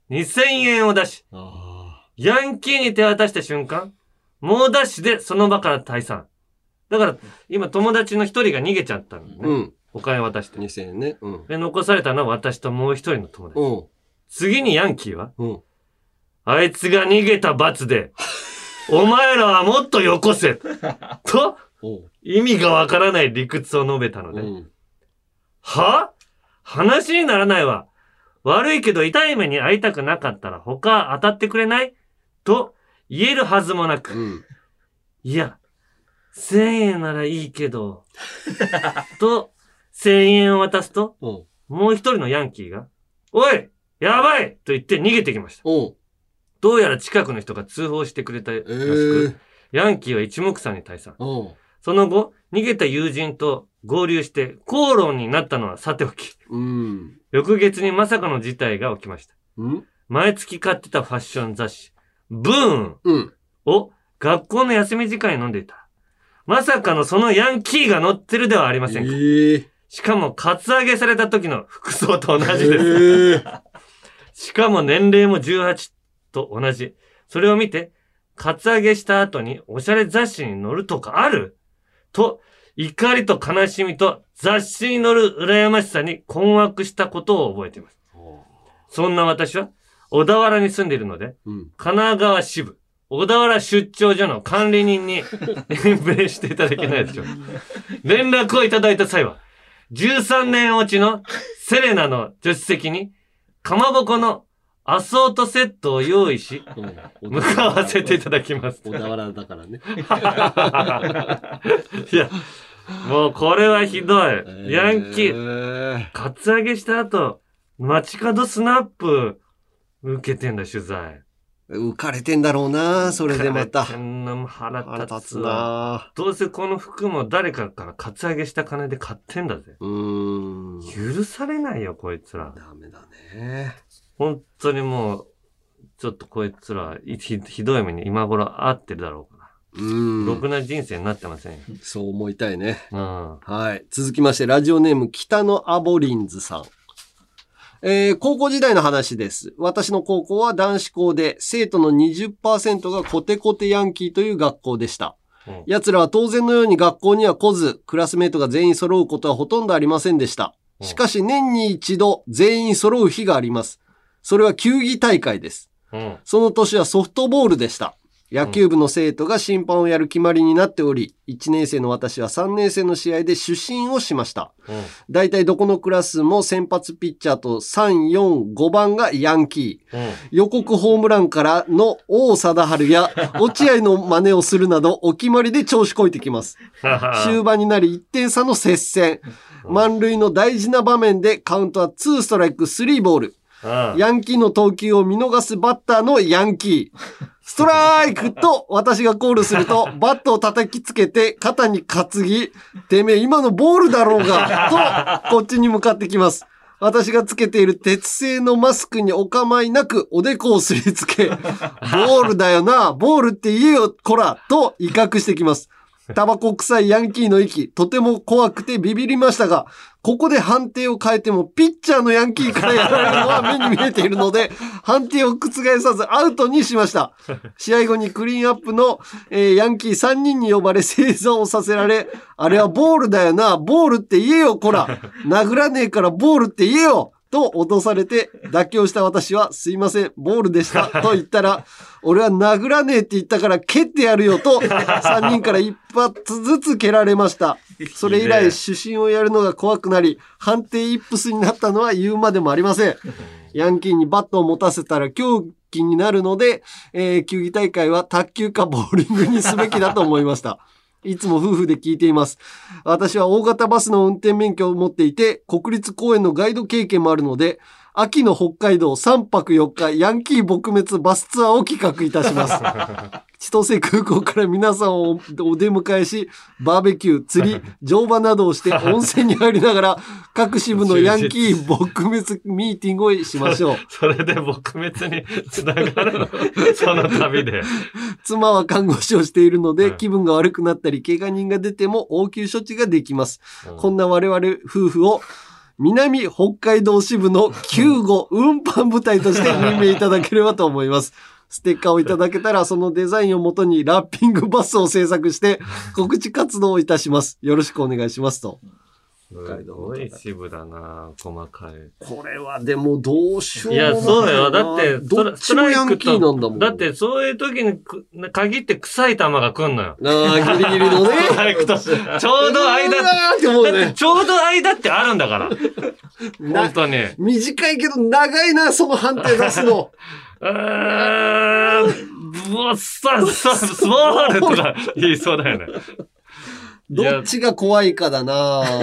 にせんえんを出し、ヤンキーに手渡した瞬間、猛ダッシュでその場から退散。だから、今友達の一人が逃げちゃったんだね。うん。お金渡して。 にせんえんね。うん。 で、残されたのは私ともう一人の友達。うん。次にヤンキーは、うん。あいつが逃げた罰で、お前らはもっとよこせと、意味がわからない理屈を述べたので、うん、は話にならないわ。悪いけど痛い目に遭いたくなかったら他当たってくれないと言えるはずもなく、うん、いや、せんえんならいいけど、と、せんえんを渡すと、うん、もう一人のヤンキーが、おいやばいと言って逃げてきました。どうやら近くの人が通報してくれたらしく、えー、ヤンキーは一目散に退散。その後、逃げた友人と合流して口論になったのはさておき、うん、翌月にまさかの事態が起きました。うん、毎月買ってたファッション雑誌、ブーンを学校の休み時間に飲んでいた。まさかのそのヤンキーが乗ってるではありませんか。えー、しかも、カツアゲされた時の服装と同じです。えー、しかも年齢もじゅうはちと同じ。それを見て、カツアゲした後におしゃれ雑誌に載るとかあると、怒りと悲しみと雑誌に載る羨ましさに困惑したことを覚えています。そんな私は、小田原に住んでいるので、うん、神奈川支部、小田原出張所の管理人に返命していただけないでしょうか。連絡をいただいた際は、じゅうさんねん落ちのセレナの助手席に、かまぼこのアソートセットを用意し、向かわせていただきます。 小田原だからね。 いや、もうこれはひどい。えー、ヤンキー、カツアゲした後、街角スナップ受けてんだ、取材。 浮かれてんだろうな、それでまた。 腹立つな。どうせこの服も誰かからカツアゲした金で買ってんだぜ。うーん。許されないよ、こいつら。 ダメだね。 本当にもう、ちょっとこいつら、ひ, ひどい目に今頃合ってるだろうかな。うん。ろくな人生になってませんよ。 そう思いたいね。うん。はい。続きまして、ラジオネーム、北のアボリンズさん。えー、高校時代の話です。私の高校は男子校で、生徒の にじゅっパーセント がコテコテヤンキーという学校でした。うん、奴らは当然のように学校には来ず、クラスメートが全員揃うことはほとんどありませんでした。しかし年に一度全員揃う日があります。それは球技大会です。うん、その年はソフトボールでした。野球部の生徒が審判をやる決まりになっており、いちねん生の私はさんねん生の試合で主審をしました。だいたいどこのクラスも先発ピッチャーとさん、よん、ごばんがヤンキー。うん、予告ホームランからの王貞治や落合の真似をするなどお決まりで調子こいてきます。終盤になりいってん差の接戦。満塁の大事な場面でカウントはツーストライクスリーボール。ヤンキーの投球を見逃すバッターのヤンキー。ストライクと私がコールすると、バットを叩きつけて肩に担ぎ、てめえ今のボールだろうが、とこっちに向かってきます。私がつけている鉄製のマスクにお構いなくおでこをすりつけ、ボールだよな、ボールって言えよ、こら、と威嚇してきます。タバコ臭いヤンキーの息、とても怖くてビビりましたが、ここで判定を変えても、ピッチャーのヤンキーからやられるのは目に見えているので、判定を覆さずアウトにしました。試合後にクリーンアップの、えー、ヤンキーさんにんに呼ばれ正座をさせられ、あれはボールだよな、ボールって言えよ、こら。殴らねえからボールって言えよ。と脅されて妥協した私は、すいません、ボールでした。と言ったら、俺は殴らねえって言ったから蹴ってやるよと、さんにんから一発ずつ蹴られました。それ以来、主審をやるのが怖くなり、判定イップスになったのは言うまでもありません。ヤンキーにバットを持たせたら狂気になるので、えー、球技大会は卓球かボーリングにすべきだと思いました。いつも夫婦で聞いています。私は大型バスの運転免許を持っていて、国立公園のガイド経験もあるので、秋の北海道さんぱくよっかヤンキー撲滅バスツアーを企画いたします。千歳空港から皆さんをお出迎えし、バーベキュー、釣り、乗馬などをして温泉に入りながら、各支部のヤンキー撲滅ミーティングをしましょう。 それで撲滅につながるのその旅で。 妻は看護師をしているので、気分が悪くなったり、怪我人が出ても応急処置ができます。うん、こんな我々夫婦を、 南北海道支部のきゅうご運搬部隊として任命いただければと思います。ステッカーをいただけたら、そのデザインをもとにラッピングバスを制作して告知活動をいたします。よろしくお願いしますと。 すごい支部だな、細かい。 これはでもどうしようもない。 いや、そうよ。だって、 どっちもヤンキーなんだもん。 だってそういう時に限って臭い玉が来んのよ。 ああ、ギリギリのね。 ちょうど間、だってちょうど間ってあるんだから。本当に。 短いけど長いな、その判定出すの。 うーん、ブワッサッサッスモールとか言いそうだよね。 どっちが怖いかだな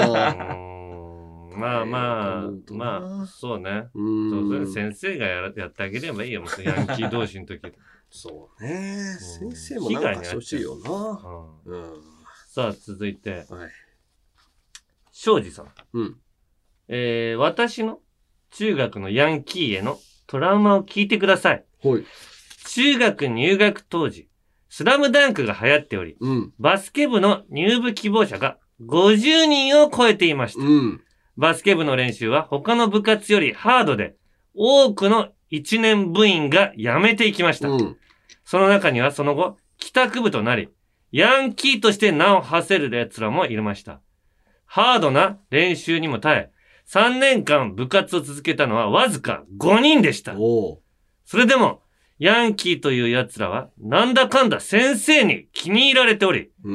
まあまあ、まあ、そうね。そう先生がやらやってあげればいいよ、もうヤンキー同士の時。 そうね。先生もなんかしてほしいよな。 うん、さあ、続いて、はい、庄司さん。うん、えー、私の中学のヤンキーへのトラウマを聞いてください。はい、中学入学当時、スラムダンクが流行っており、うん、バスケ部の入部希望者がごじゅうにんを超えていました。うん、バスケ部の練習は他の部活よりハードで、多くのいちねん部員が辞めていきました。うん、その中にはその後、帰宅部となり、ヤンキーとして名を馳せる奴らもいました。ハードな練習にも耐え、さんねんかん部活を続けたのはわずかごにんでした。それでも、ヤンキーという奴らは、なんだかんだ先生に気に入られており、うん、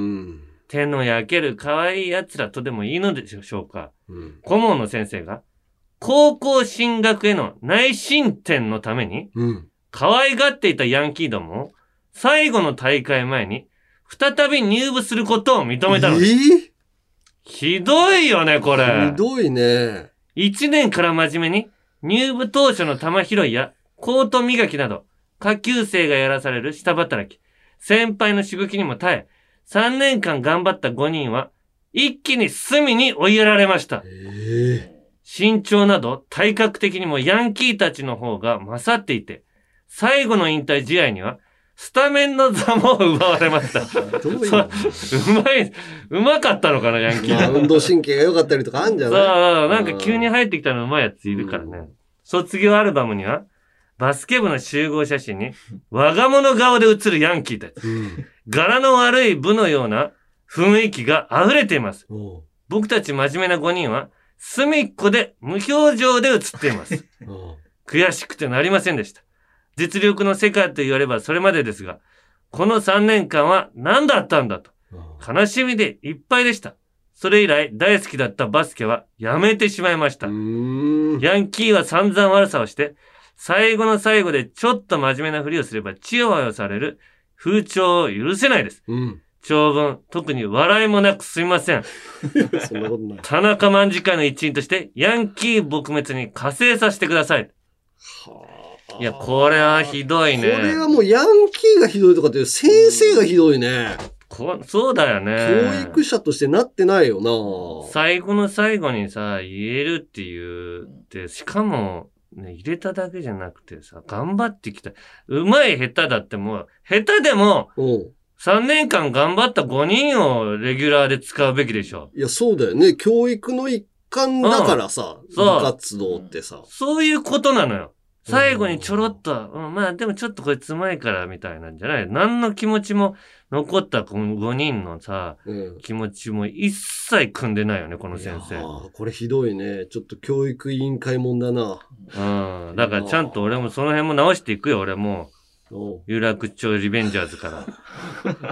手の焼ける可愛い奴らとでもいいのでしょうか。うん、顧問の先生が、高校進学への内申点のために、うん、可愛がっていたヤンキーどもを、最後の大会前に、再び入部することを認めたのです。えー、ひどいよね、これ。 ひどいね。 一年から真面目に、入部当初の球拾いや、コート磨きなど、下級生がやらされる下働き、先輩のしごきにも耐え、さんねんかん頑張ったごにんは、一気に隅に追いやられました。えー、身長など体格的にもヤンキーたちの方が勝っていて、最後の引退試合には、スタメンの座も奪われました。どういううまい、うまかったのかな、ヤンキー。 まあ、運動神経が良かったりとかあるんじゃない？ そう、なんか急に入ってきたのうまいやついるからね。卒業アルバムには、バスケ部の集合写真に、我が物顔で写るヤンキーたち。うん、柄の悪い部のような雰囲気が溢れています。僕たち真面目なごにんは、隅っこで無表情で写っています。悔しくてなりませんでした。実力の世界と言わればそれまでですが、このさんねんかんは何だったんだと。悲しみでいっぱいでした。それ以来大好きだったバスケはやめてしまいました。ヤンキーは散々悪さをして、最後の最後でちょっと真面目なふりをすればチヤホヤされる風潮を許せないです。うん、長文、特に笑いもなくすみません。そんなことない。田中卍会の一員としてヤンキー撲滅に加勢させてください。いや、これはひどいね。 これはもうヤンキーがひどいとかっていう先生がひどいね。 こそうだよね。 教育者としてなってないよな。 最後の最後にさ、言えるっていう。で、しかも、ね、入れただけじゃなくてさ、頑張ってきた。うまい下手だってもう、下手でも、さんねんかん頑張ったごにんをレギュラーで使うべきでしょ。 いや、そうだよね。教育の一環だからさ、うん、部活動ってさ。 そういうことなのよ。最後にちょろっと、うん、まあでもちょっとこれつまいからみたいなんじゃない？何の気持ちも残ったこのごにんのさ、うん、気持ちも一切組んでないよね、この先生。 ああ、これひどいね。ちょっと教育委員会もんだな。 うん。だからちゃんと俺もその辺も直していくよ、俺も。有楽町リベンジャーズから。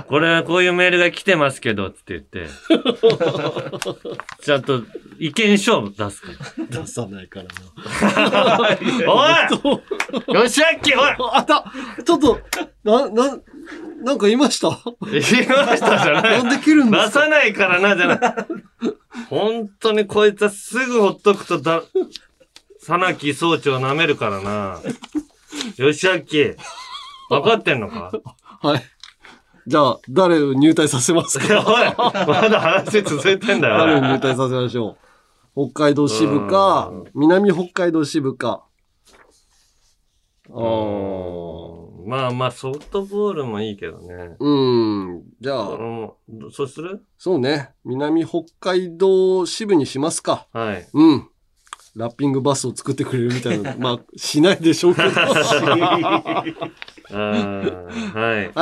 これはこういうメールが来てますけど、って言って。ちゃんと意見書を出すから。 出さないからな。 おいよしあっきおいあったちょっと、な、な、なんか言いました言いましたじゃない。 なんで切るんですか？ 出さないからな、じゃない。本当にこいつはすぐほっとくとだ、さなき総長舐めるからな。よしあっき。分かってんのか？ はい。じゃあ、誰を入隊させますか？ おい、まだ話続いてんだよ。 誰を入隊させましょう。北海道支部か、南北海道支部か。 あーまあまあ、ソフトボールもいいけどね。 うん。じゃあ、 そうする？ そうね。南北海道支部にしますか。 はい。 うん。 ラッピングバスを作ってくれるみたいな。まあ、しないでしょうけど。 はい。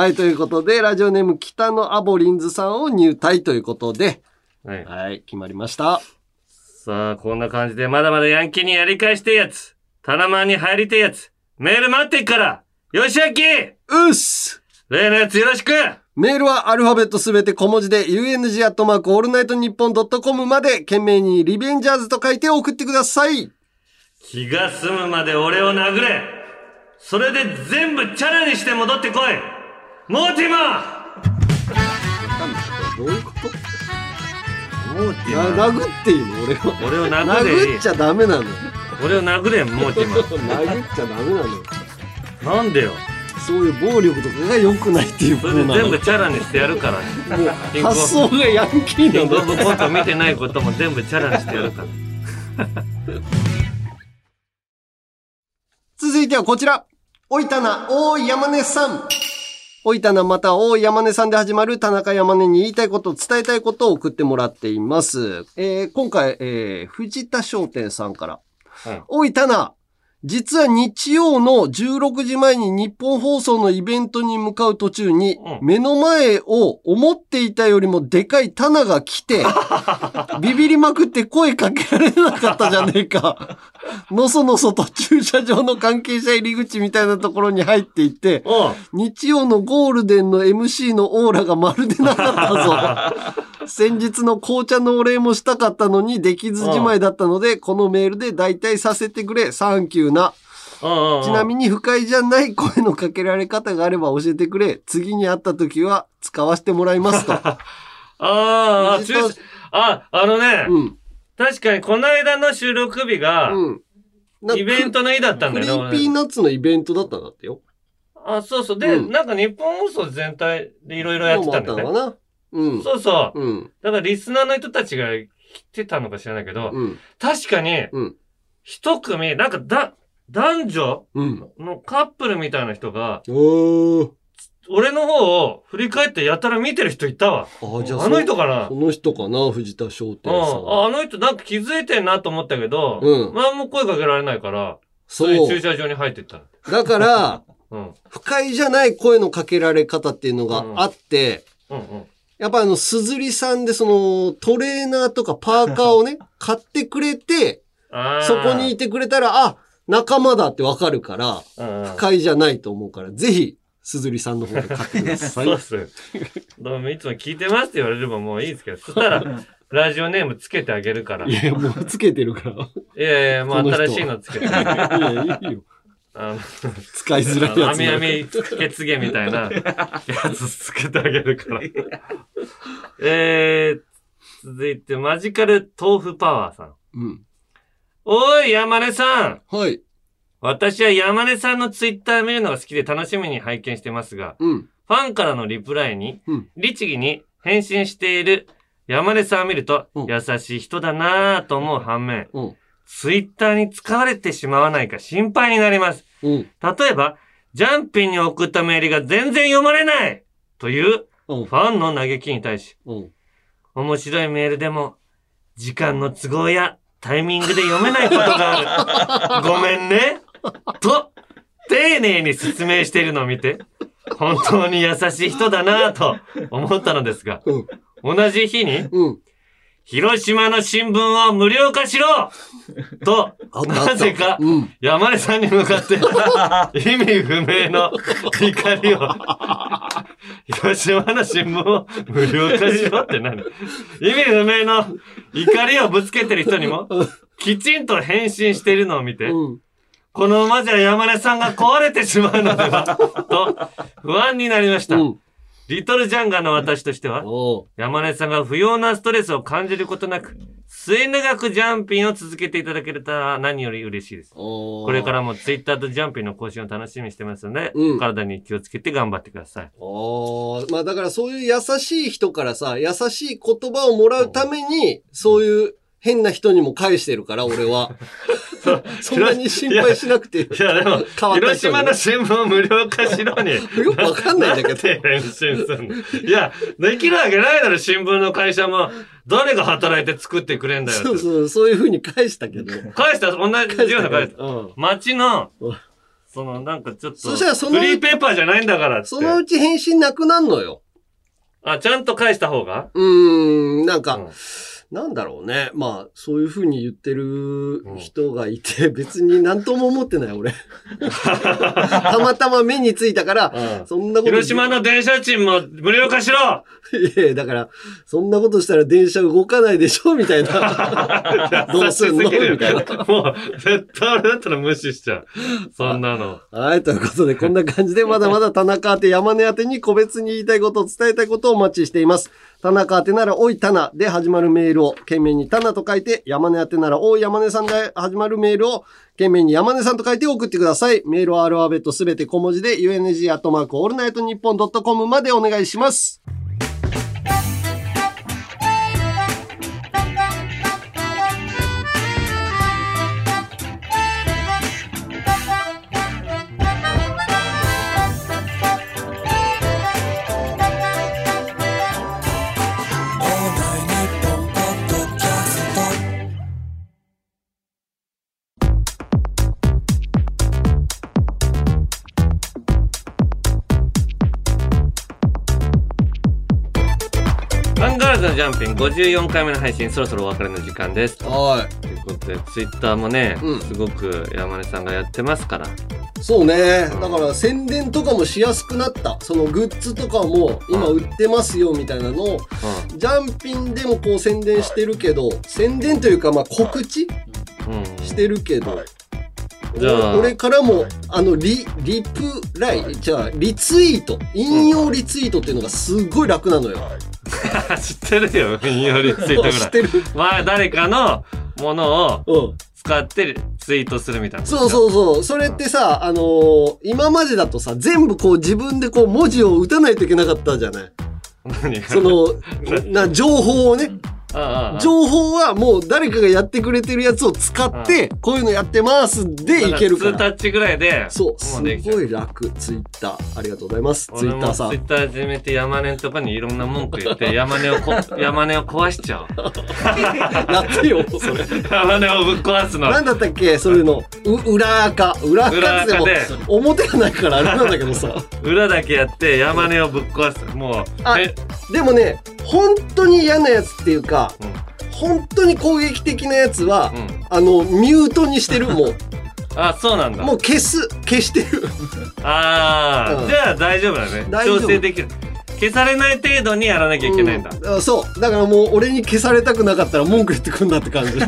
はい、ということで、ラジオネーム北のアボリンズさんを入隊ということで、はい、はい、決まりました。 さあ、こんな感じで、まだまだヤンキーにやり返してやつ、タナマンに入りてえやつ、メール待ってっから、よしあきうっす例のやつよろしくメールはアルファベットすべて小文字で ユーエヌジー アットマークオールナイトニッポンドットコムまで懸命にリベンジャーズと書いて送ってください。 気が済むまで俺を殴れ。それで全部チャラにして戻ってこい。モーティマーどういうことモーティマー殴っていいの俺を。 俺を殴れ。 殴っちゃダメなの。 俺を殴れ、モーティマー。 殴っちゃダメなの。 なんでよ。 そういう暴力とかが良くないっていうことなの。 それで全部チャラにしてやるから。 もう発想がヤンキーなの。 キングオブコント見てないことも全部チャラにしてやるから。 続いてはこちら。おいたな、おーい山根さん。おいたなまたおーい山根さんで始まる田中山根に言いたいこと、伝えたいことを送ってもらっています。えー、今回、えー、藤田商店さんから。うん、おいたな。実は日曜のじゅうろくじまえに日本放送のイベントに向かう途中に、目の前を思っていたよりもでかい棚が来て、ビビりまくって声かけられなかったじゃねえか。のそのそと駐車場の関係者入り口みたいなところに入っていって、日曜のゴールデンの エムシー のオーラがまるでなかったぞ。先日の紅茶のお礼もしたかったのにできずじまいだったので、このメールで代替させてくれ。サンキューな。ちなみに不快じゃない声のかけられ方があれば教えてくれ。次に会った時は使わせてもらいますと。ああ、あ、あのね、うん、確かにこの間の収録日が、うん、イベントの日だったんだよね。 クリーピーナッツのイベントだったんだってよ。 あ、そうそう。で、うん、なんか日本放送全体でいろいろやってたんだよね。そうなうん、そうそう、うん。だからリスナーの人たちが来てたのか知らないけど、うん、確かに、一組、なんかだ、男女のカップルみたいな人が、うん、俺の方を振り返ってやたら見てる人いたわ。あ、じゃああの人かなその人かな藤田商店さん。 あ、あの人なんか気づいてんなと思ったけど、うん、まあもう声かけられないから、そういう駐車場に入っていった。 だから、うん、不快じゃない声のかけられ方っていうのがあって、うんうんうんうんやっぱあの、鈴木さんでその、トレーナーとかパーカーをね、買ってくれて、そこにいてくれたら、あ、仲間だってわかるから、不快じゃないと思うから、ぜひ、鈴木さんの方で買ってください。 そうっす。どうもいつも聞いてますって言われればもういいですけど、そしたら、ラジオネームつけてあげるから。 いや、もうつけてるから。いやいや、もう新しいのつけてあげる。 いや、いいよ。あの使いづらいやつ。 あみあみつけつげみたいなやつつけてあげるから。えー、続いて、マジカル豆腐パワーさん。うん。おい、山根さん。 はい。 私は山根さんのツイッター見るのが好きで楽しみに拝見してますが、うん。ファンからのリプライに、うん、律儀に返信している山根さんを見ると、うん、優しい人だなぁと思う反面、うんツイッターに使われてしまわないか心配になります。うん、例えば、ジャンピンに送ったメールが全然読まれないというファンの嘆きに対し、うん、面白いメールでも、時間の都合やタイミングで読めないことがある。ごめんね。と、丁寧に説明しているのを見て、本当に優しい人だなぁと思ったのですが、うん、同じ日に、うん広島の新聞を無料化しろと、なぜか、山根さんに向かって、意味不明の怒りを、広島の新聞を無料化しろって何？意味不明の怒りをぶつけてる人にも、きちんと返信しているのを見て、このままじゃ山根さんが壊れてしまうのではと、不安になりました。リトルジャンガーの私としては、山根さんが不要なストレスを感じることなく、末永くジャンピンを続けていただけると何より嬉しいです。これからもツイッターとジャンピンの更新を楽しみにしてますので、うん、体に気をつけて頑張ってください。 おー、まあだからそういう優しい人からさ、優しい言葉をもらうために、そういう変な人にも返してるから、俺は。そんなに心配しなくていい。 いや、でも、広島の新聞を無料化しろに。 よくわかんないんだけど。 返信すんの。いや、できるわけないだろ、新聞の会社も。 誰が働いて作ってくれんだよって。 そうそう、そういう風に返したけど。 返した、同じような返した。うん、街の、うん、そのなんかちょっと、そしたらそのフリーペーパーじゃないんだからって。 そのうち返信なくなんのよ。 あ、ちゃんと返した方がうーん、なんか、うん、なんだろうね。まあ、そういう風に言ってる人がいて、うん、別に何とも思ってない、俺。たまたま目についたから、うん、そんなこと。 広島の電車賃も無料化しろいやだから、そんなことしたら電車動かないでしょみたいな。どうすんのみたいな。 もう、絶対俺だったら無視しちゃう。そんなの。 はい、ということで、こんな感じで、まだまだ田中宛て、山根宛てに個別に言いたいこと、伝えたいことをお待ちしています。田中宛てなら、おいたなで始まるメールを、懸命にたなと書いて、山根宛てなら、おい山根さんで始まるメールを、懸命に山根さんと書いて送ってください。メールはアルファベットすべて小文字で、ユーエヌジー アットマークオールナイトニッポンドットコムまでお願いします。 ジャンピンごじゅうよんかいめの配信、そろそろお別れの時間です。 はい。ということで、ツイッターもね、うん、すごく山根さんがやってますから。 そうね、うん。だから宣伝とかもしやすくなった。そのグッズとかも今売ってますよみたいなのを、うん、ジャンピンでもこう宣伝してるけど、宣伝というかまあ告知、うん、してるけど、じゃあ俺からもあのリリプライじゃあリツイート引用リツイートっていうのがすごい楽なのよ。 知ってるよ、引用リツイートぐらい。知ってる。まあ誰かのものを使ってツイートするみたいな。 そうそうそう。それってさ、あのー、今までだとさ、全部こう自分でこう文字を打たないといけなかったじゃない。何そのな情報をね。ああ情報はもう誰かがやってくれてるやつを使ってこういうのやってますでいけるから。 ツータッチぐらいで。 そう。すごい楽。ツイッターありがとうございます。ツイッターさん。 ツイッター始めて山根とかにいろんな文句言って山根をこ山根を壊しちゃう。 やってよそれ。 山根をぶっ壊すの。 なんだったっけそういうの。う裏垢裏垢っても表がないからあれなんだけどさ。 裏だけやって山根をぶっ壊す。もう。 あでもね本当に嫌なやつっていうか。うん、本当に攻撃的なやつは、うん、あのミュートにしてるもうあそうなんだもう消す消してるああ、うん、じゃあ大丈夫だね調整できる消されない程度にやらなきゃいけないんだ、 うん、そうだからもう俺に消されたくなかったら文句言ってくんなって感じ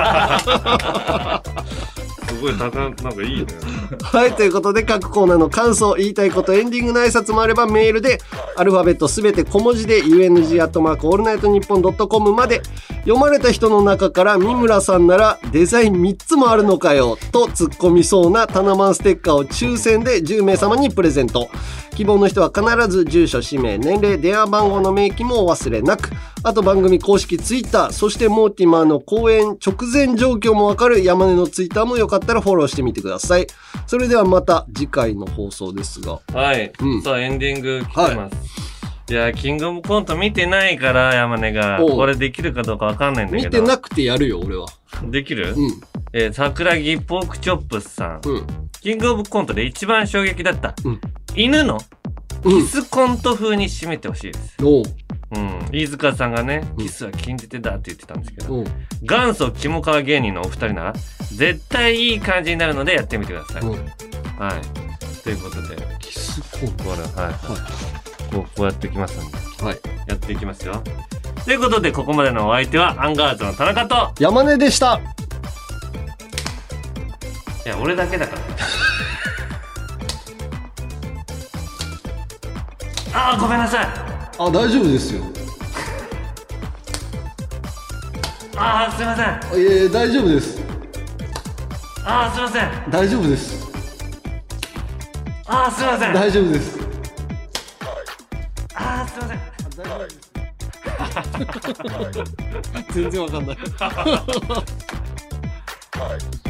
すごいなんかいいねはいということで各コーナーの感想言いたいことエンディングの挨拶もあればメールでアルファベットすべて小文字で ユーエヌジー アットマークオールナイトニッポンドットコムまで読まれた人の中から三村さんならデザインみっつもあるのかよと突っ込みそうなタナマンステッカーを抽選でじゅうめい様にプレゼント希望の人は必ず住所氏名年齢電話番号の明記もお忘れなくあと番組公式ツイッターそしてモーティマーの公演直前状況もわかる山根のツイッターもよかったらフォローしてみてくださいそれではまた次回の放送ですがはい、うん、さあエンディング来てます、はいいやキングオブコント見てないから山根がこれできるかどうかわかんないんだけど見てなくてやるよ俺はできる、 うんえー、桜木ポークチョップスさん、うん、キングオブコントで一番衝撃だった、うん、犬のキスコント風に締めてほしいです、うんうん、飯塚さんがねキスは禁じ手だって言ってたんですけど、うん、元祖キモカワ芸人のお二人なら絶対いい感じになるのでやってみてください、うん、はいということでキスコントはい、はいこう、こうやっていきますんで、 はい、 やっていきますよということでここまでのお相手はアンガールズの田中と山根でしたいや俺だけだからあーごめんなさいあ大丈夫ですよあーすいませんいやいや大丈夫ですあーすいません大丈夫ですあーすいません大丈夫ですあーすいません大丈夫です全然わかんないはい